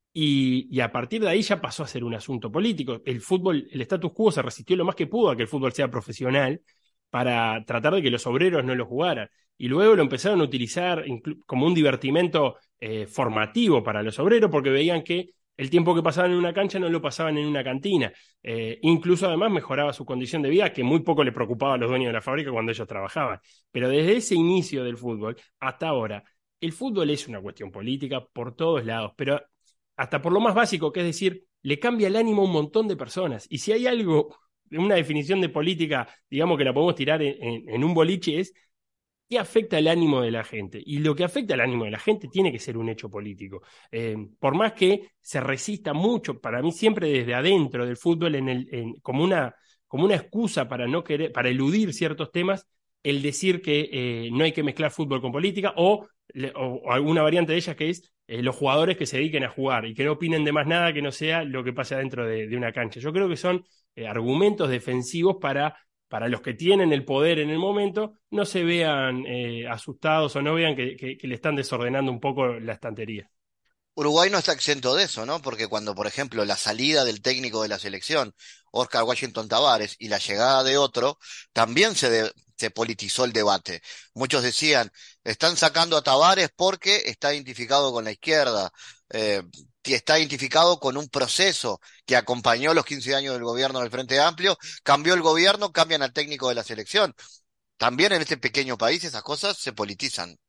y, y a partir de ahí ya pasó a ser un asunto político. El fútbol, el status quo se resistió lo más que pudo a que el fútbol sea profesional, para tratar de que los obreros no lo jugaran. Y luego lo empezaron a utilizar como un divertimento eh, formativo para los obreros, porque veían que el tiempo que pasaban en una cancha no lo pasaban en una cantina. Eh, incluso además mejoraba su condición de vida, que muy poco le preocupaba a los dueños de la fábrica cuando ellos trabajaban. Pero desde ese inicio del fútbol hasta ahora, el fútbol es una cuestión política por todos lados, pero hasta por lo más básico, que es decir, le cambia el ánimo a un montón de personas. Y si hay algo, una definición de política, digamos, que la podemos tirar en, en, en un boliche, es qué afecta el ánimo de la gente. Y lo que afecta el ánimo de la gente tiene que ser un hecho político. Eh, por más que se resista mucho, para mí siempre desde adentro del fútbol, en el, en, como, una, como una excusa para, no querer, para eludir ciertos temas, el decir que eh, no hay que mezclar fútbol con política, o, o, o alguna variante de ellas que es eh, los jugadores que se dediquen a jugar y que no opinen de más nada que no sea lo que pasa dentro de, de una cancha. Yo creo que son eh, argumentos defensivos para para los que tienen el poder en el momento, no se vean eh, asustados o no vean que, que, que le están desordenando un poco la estantería. Uruguay no está exento de eso, ¿no? Porque cuando, por ejemplo, la salida del técnico de la selección, Oscar Washington Tabárez, y la llegada de otro, también se, de- se politizó el debate. Muchos decían, están sacando a Tabárez porque está identificado con la izquierda, eh, que está identificado con un proceso que acompañó los quince años del gobierno del Frente Amplio, cambió el gobierno, cambian al técnico de la selección. También en este pequeño país esas cosas se politizan.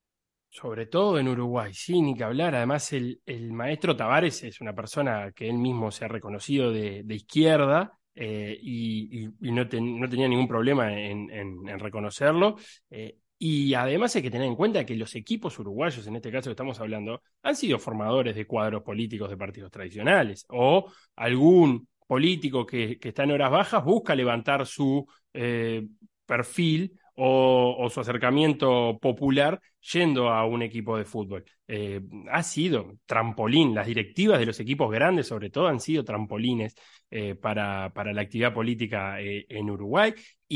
Sobre todo en Uruguay, sí, ni que hablar. Además, el, el maestro Tavares es una persona que él mismo se ha reconocido de, de izquierda eh, y, y- y no, ten- no tenía ningún problema en, en- en reconocerlo. Eh, y además hay que tener en cuenta que los equipos uruguayos, en este caso que estamos hablando, han sido formadores de cuadros políticos de partidos tradicionales o algún político que, que está en horas bajas busca levantar su eh, perfil o, o su acercamiento popular yendo a un equipo de fútbol. Eh, ha sido trampolín, las directivas de los equipos grandes sobre todo han sido trampolines eh, para, para la actividad política eh, en Uruguay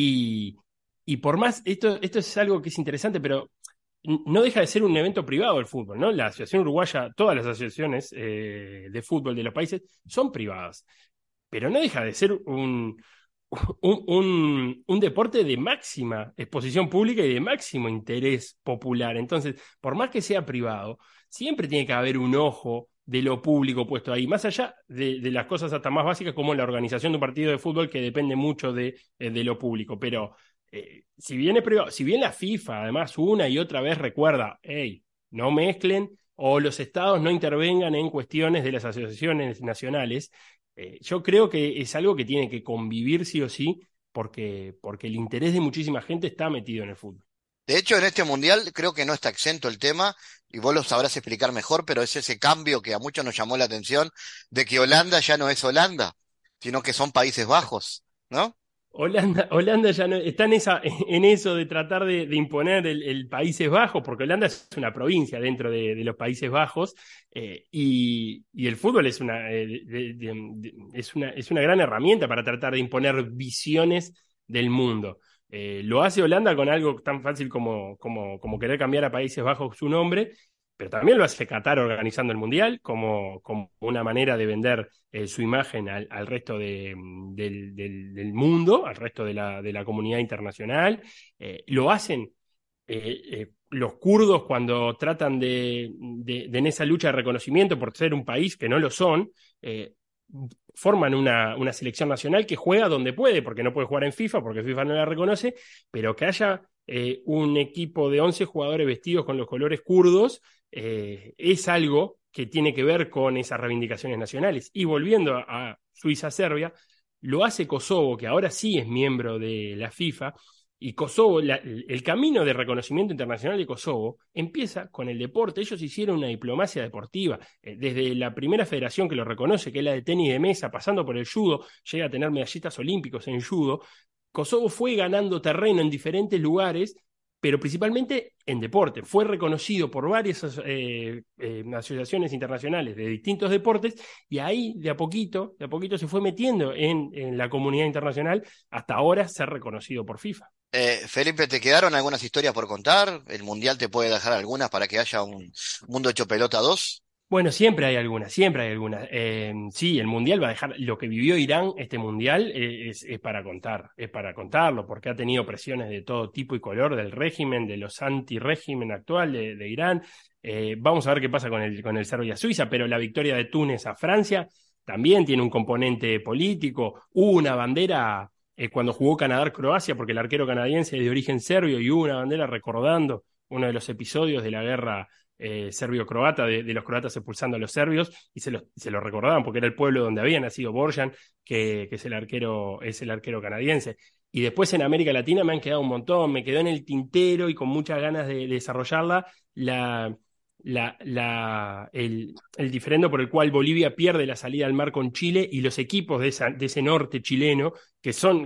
y, y por más, esto, esto es algo que es interesante, pero no deja de ser un evento privado el fútbol, ¿no? La Asociación Uruguaya, todas las asociaciones eh, de fútbol de los países son privadas, pero no deja de ser un, un, un, un deporte de máxima exposición pública y de máximo interés popular. Entonces, por más que sea privado, siempre tiene que haber un ojo de lo público puesto ahí, más allá de, de las cosas hasta más básicas como la organización de un partido de fútbol que depende mucho de, eh, de lo público. Pero eh, si bien es privado, si bien la FIFA además una y otra vez recuerda, hey, no mezclen o los estados no intervengan en cuestiones de las asociaciones nacionales, eh, yo creo que es algo que tiene que convivir sí o sí, porque, porque el interés de muchísima gente está metido en el fútbol. De hecho, en este mundial creo que no está exento el tema, y vos lo sabrás explicar mejor, pero es ese cambio que a muchos nos llamó la atención de que Holanda ya no es Holanda, sino que son Países Bajos, ¿no? Holanda, Holanda ya no está en, esa, en eso de tratar de, de imponer el, el Países Bajos, porque Holanda es una provincia dentro de, de los Países Bajos, eh, y, y el fútbol es una, eh, de- de- de- es una, es una gran herramienta para tratar de imponer visiones del mundo. Eh, lo hace Holanda con algo tan fácil como, como, como querer cambiar a Países Bajos su nombre, pero también lo hace Qatar organizando el Mundial como, como una manera de vender eh, su imagen al, al resto de, del, del- del mundo, al resto de la, de la comunidad internacional. Eh, lo hacen eh, eh, los kurdos cuando tratan de, de- de en esa lucha de reconocimiento por ser un país que no lo son, eh, forman una, una selección nacional que juega donde puede, porque no puede jugar en FIFA, porque FIFA no la reconoce, pero que haya eh, un equipo de once jugadores vestidos con los colores kurdos eh, es algo que tiene que ver con esas reivindicaciones nacionales. Y volviendo a, a Suiza-Serbia, lo hace Kosovo, que ahora sí es miembro de la FIFA, y Kosovo, la- el camino de reconocimiento internacional de Kosovo empieza con el deporte. Ellos hicieron una diplomacia deportiva, eh, desde la primera federación que lo reconoce, que es la de tenis de mesa, pasando por el judo, llega a tener medallistas olímpicos en judo. Kosovo fue ganando terreno en diferentes lugares, pero principalmente en deporte. Fue reconocido por varias eh, eh, asociaciones internacionales de distintos deportes y ahí de a poquito, de a poquito se fue metiendo en, en la comunidad internacional hasta ahora ser reconocido por FIFA. Eh, Felipe, ¿te quedaron algunas historias por contar? ¿El mundial te puede dejar algunas para que haya un mundo hecho pelota dos? Bueno, siempre hay algunas, siempre hay algunas. Eh, sí, el Mundial va a dejar, lo que vivió Irán, este Mundial, eh, es, es para contar, es para contarlo, porque ha tenido presiones de todo tipo y color del régimen, de los anti-régimen actual de, de Irán. Eh, vamos a ver qué pasa con el, con el Serbia-Suiza, pero la victoria de Túnez a Francia también tiene un componente político. Hubo una bandera eh, cuando jugó Canadá-Croacia, porque el arquero canadiense es de origen serbio, y hubo una bandera recordando uno de los episodios de la guerra eh, serbio-croata, de, de los croatas expulsando a los serbios, y se lo, se lo recordaban porque era el pueblo donde había nacido Borjan, que, que es el arquero, es el arquero canadiense. Y después en América Latina me han quedado un montón, me quedó en el tintero y con muchas ganas de, de desarrollarla la, la, la, el, el diferendo por el cual Bolivia pierde la salida al mar con Chile y los equipos de, esa, de ese norte chileno, que son, que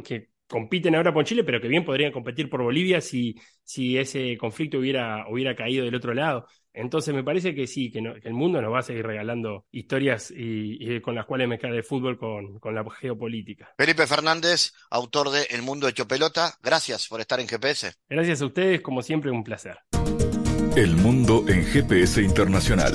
compiten ahora con Chile, pero que bien podrían competir por Bolivia si, si ese conflicto hubiera, hubiera caído del otro lado. Entonces me parece que sí, que, no, que el mundo nos va a seguir regalando historias y, y con las cuales mezclar el fútbol con, con la geopolítica. Felipe Fernández, autor de El Mundo Hecho Pelota, gracias por estar en G P S. Gracias a ustedes, como siempre, un placer. El mundo en G P S Internacional.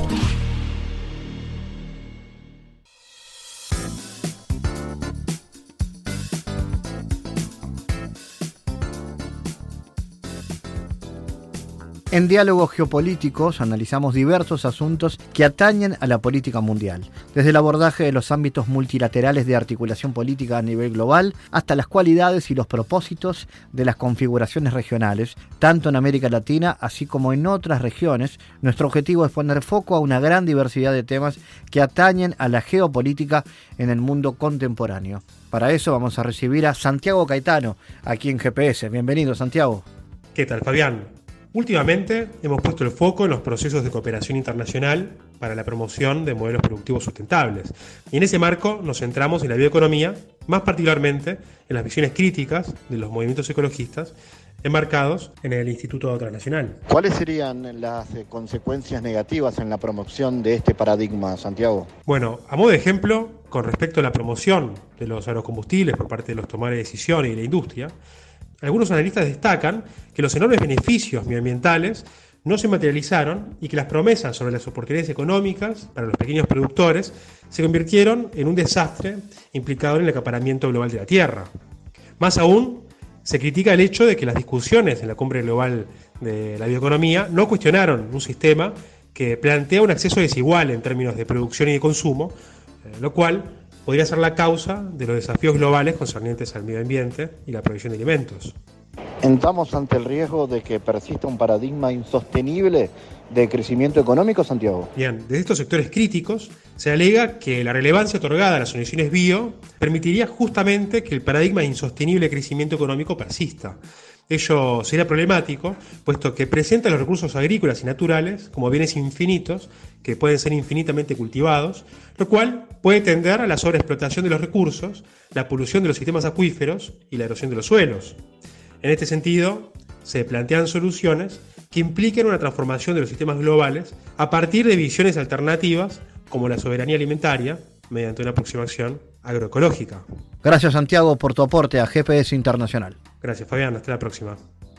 En Diálogos Geopolíticos analizamos diversos asuntos que atañen a la política mundial, desde el abordaje de los ámbitos multilaterales de articulación política a nivel global hasta las cualidades y los propósitos de las configuraciones regionales, tanto en América Latina así como en otras regiones. Nuestro objetivo es poner foco a una gran diversidad de temas que atañen a la geopolítica en el mundo contemporáneo. Para eso vamos a recibir a Santiago Caetano, aquí en G P S. Bienvenido, Santiago. ¿Qué tal, Fabián? Últimamente hemos puesto el foco en los procesos de cooperación internacional para la promoción de modelos productivos sustentables. Y en ese marco nos centramos en la bioeconomía, más particularmente en las visiones críticas de los movimientos ecologistas enmarcados en el Instituto Transnacional. ¿Cuáles serían las eh, consecuencias negativas en la promoción de este paradigma, Santiago? Bueno, a modo de ejemplo, con respecto a la promoción de los agrocombustibles por parte de los tomadores de decisiones y de la industria, algunos analistas destacan que los enormes beneficios medioambientales no se materializaron y que las promesas sobre las oportunidades económicas para los pequeños productores se convirtieron en un desastre implicado en el acaparamiento global de la tierra. Más aún, se critica el hecho de que las discusiones en la cumbre global de la bioeconomía no cuestionaron un sistema que plantea un acceso desigual en términos de producción y de consumo, lo cual podría ser la causa de los desafíos globales concernientes al medio ambiente y la provisión de alimentos. ¿Estamos ante el riesgo de que persista un paradigma insostenible de crecimiento económico, Santiago? Bien, desde estos sectores críticos se alega que la relevancia otorgada a las soluciones bio permitiría justamente que el paradigma de insostenible crecimiento económico persista. Ello sería problemático, puesto que presenta los recursos agrícolas y naturales como bienes infinitos que pueden ser infinitamente cultivados, lo cual puede tender a la sobreexplotación de los recursos, la polución de los sistemas acuíferos y la erosión de los suelos. En este sentido, se plantean soluciones que impliquen una transformación de los sistemas globales a partir de visiones alternativas como la soberanía alimentaria, mediante una aproximación agroecológica. Gracias, Santiago, por tu aporte a G P S Internacional. Gracias, Fabián. Hasta la próxima.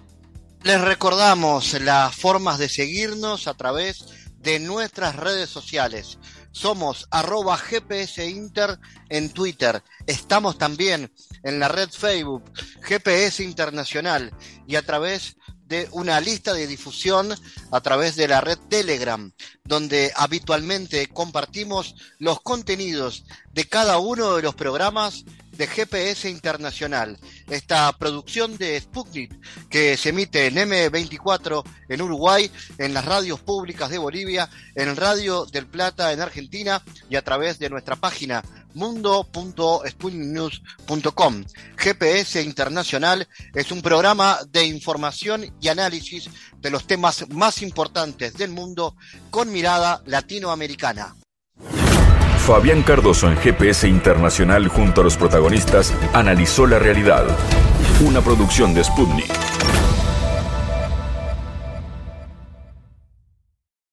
Les recordamos las formas de seguirnos a través de nuestras redes sociales. Somos arroba G P S Inter en Twitter. Estamos también en la red Facebook G P S Internacional y a través de una lista de difusión a través de la red Telegram, donde habitualmente compartimos los contenidos de cada uno de los programas de G P S Internacional, esta producción de Sputnik que se emite en eme veinticuatro en Uruguay, en las radios públicas de Bolivia, en Radio del Plata en Argentina y a través de nuestra página mundo punto sputnik news punto com. G P S Internacional es un programa de información y análisis de los temas más importantes del mundo con mirada latinoamericana. Fabián Cardoso en G P S Internacional junto a los protagonistas analizó la realidad. Una producción de Sputnik.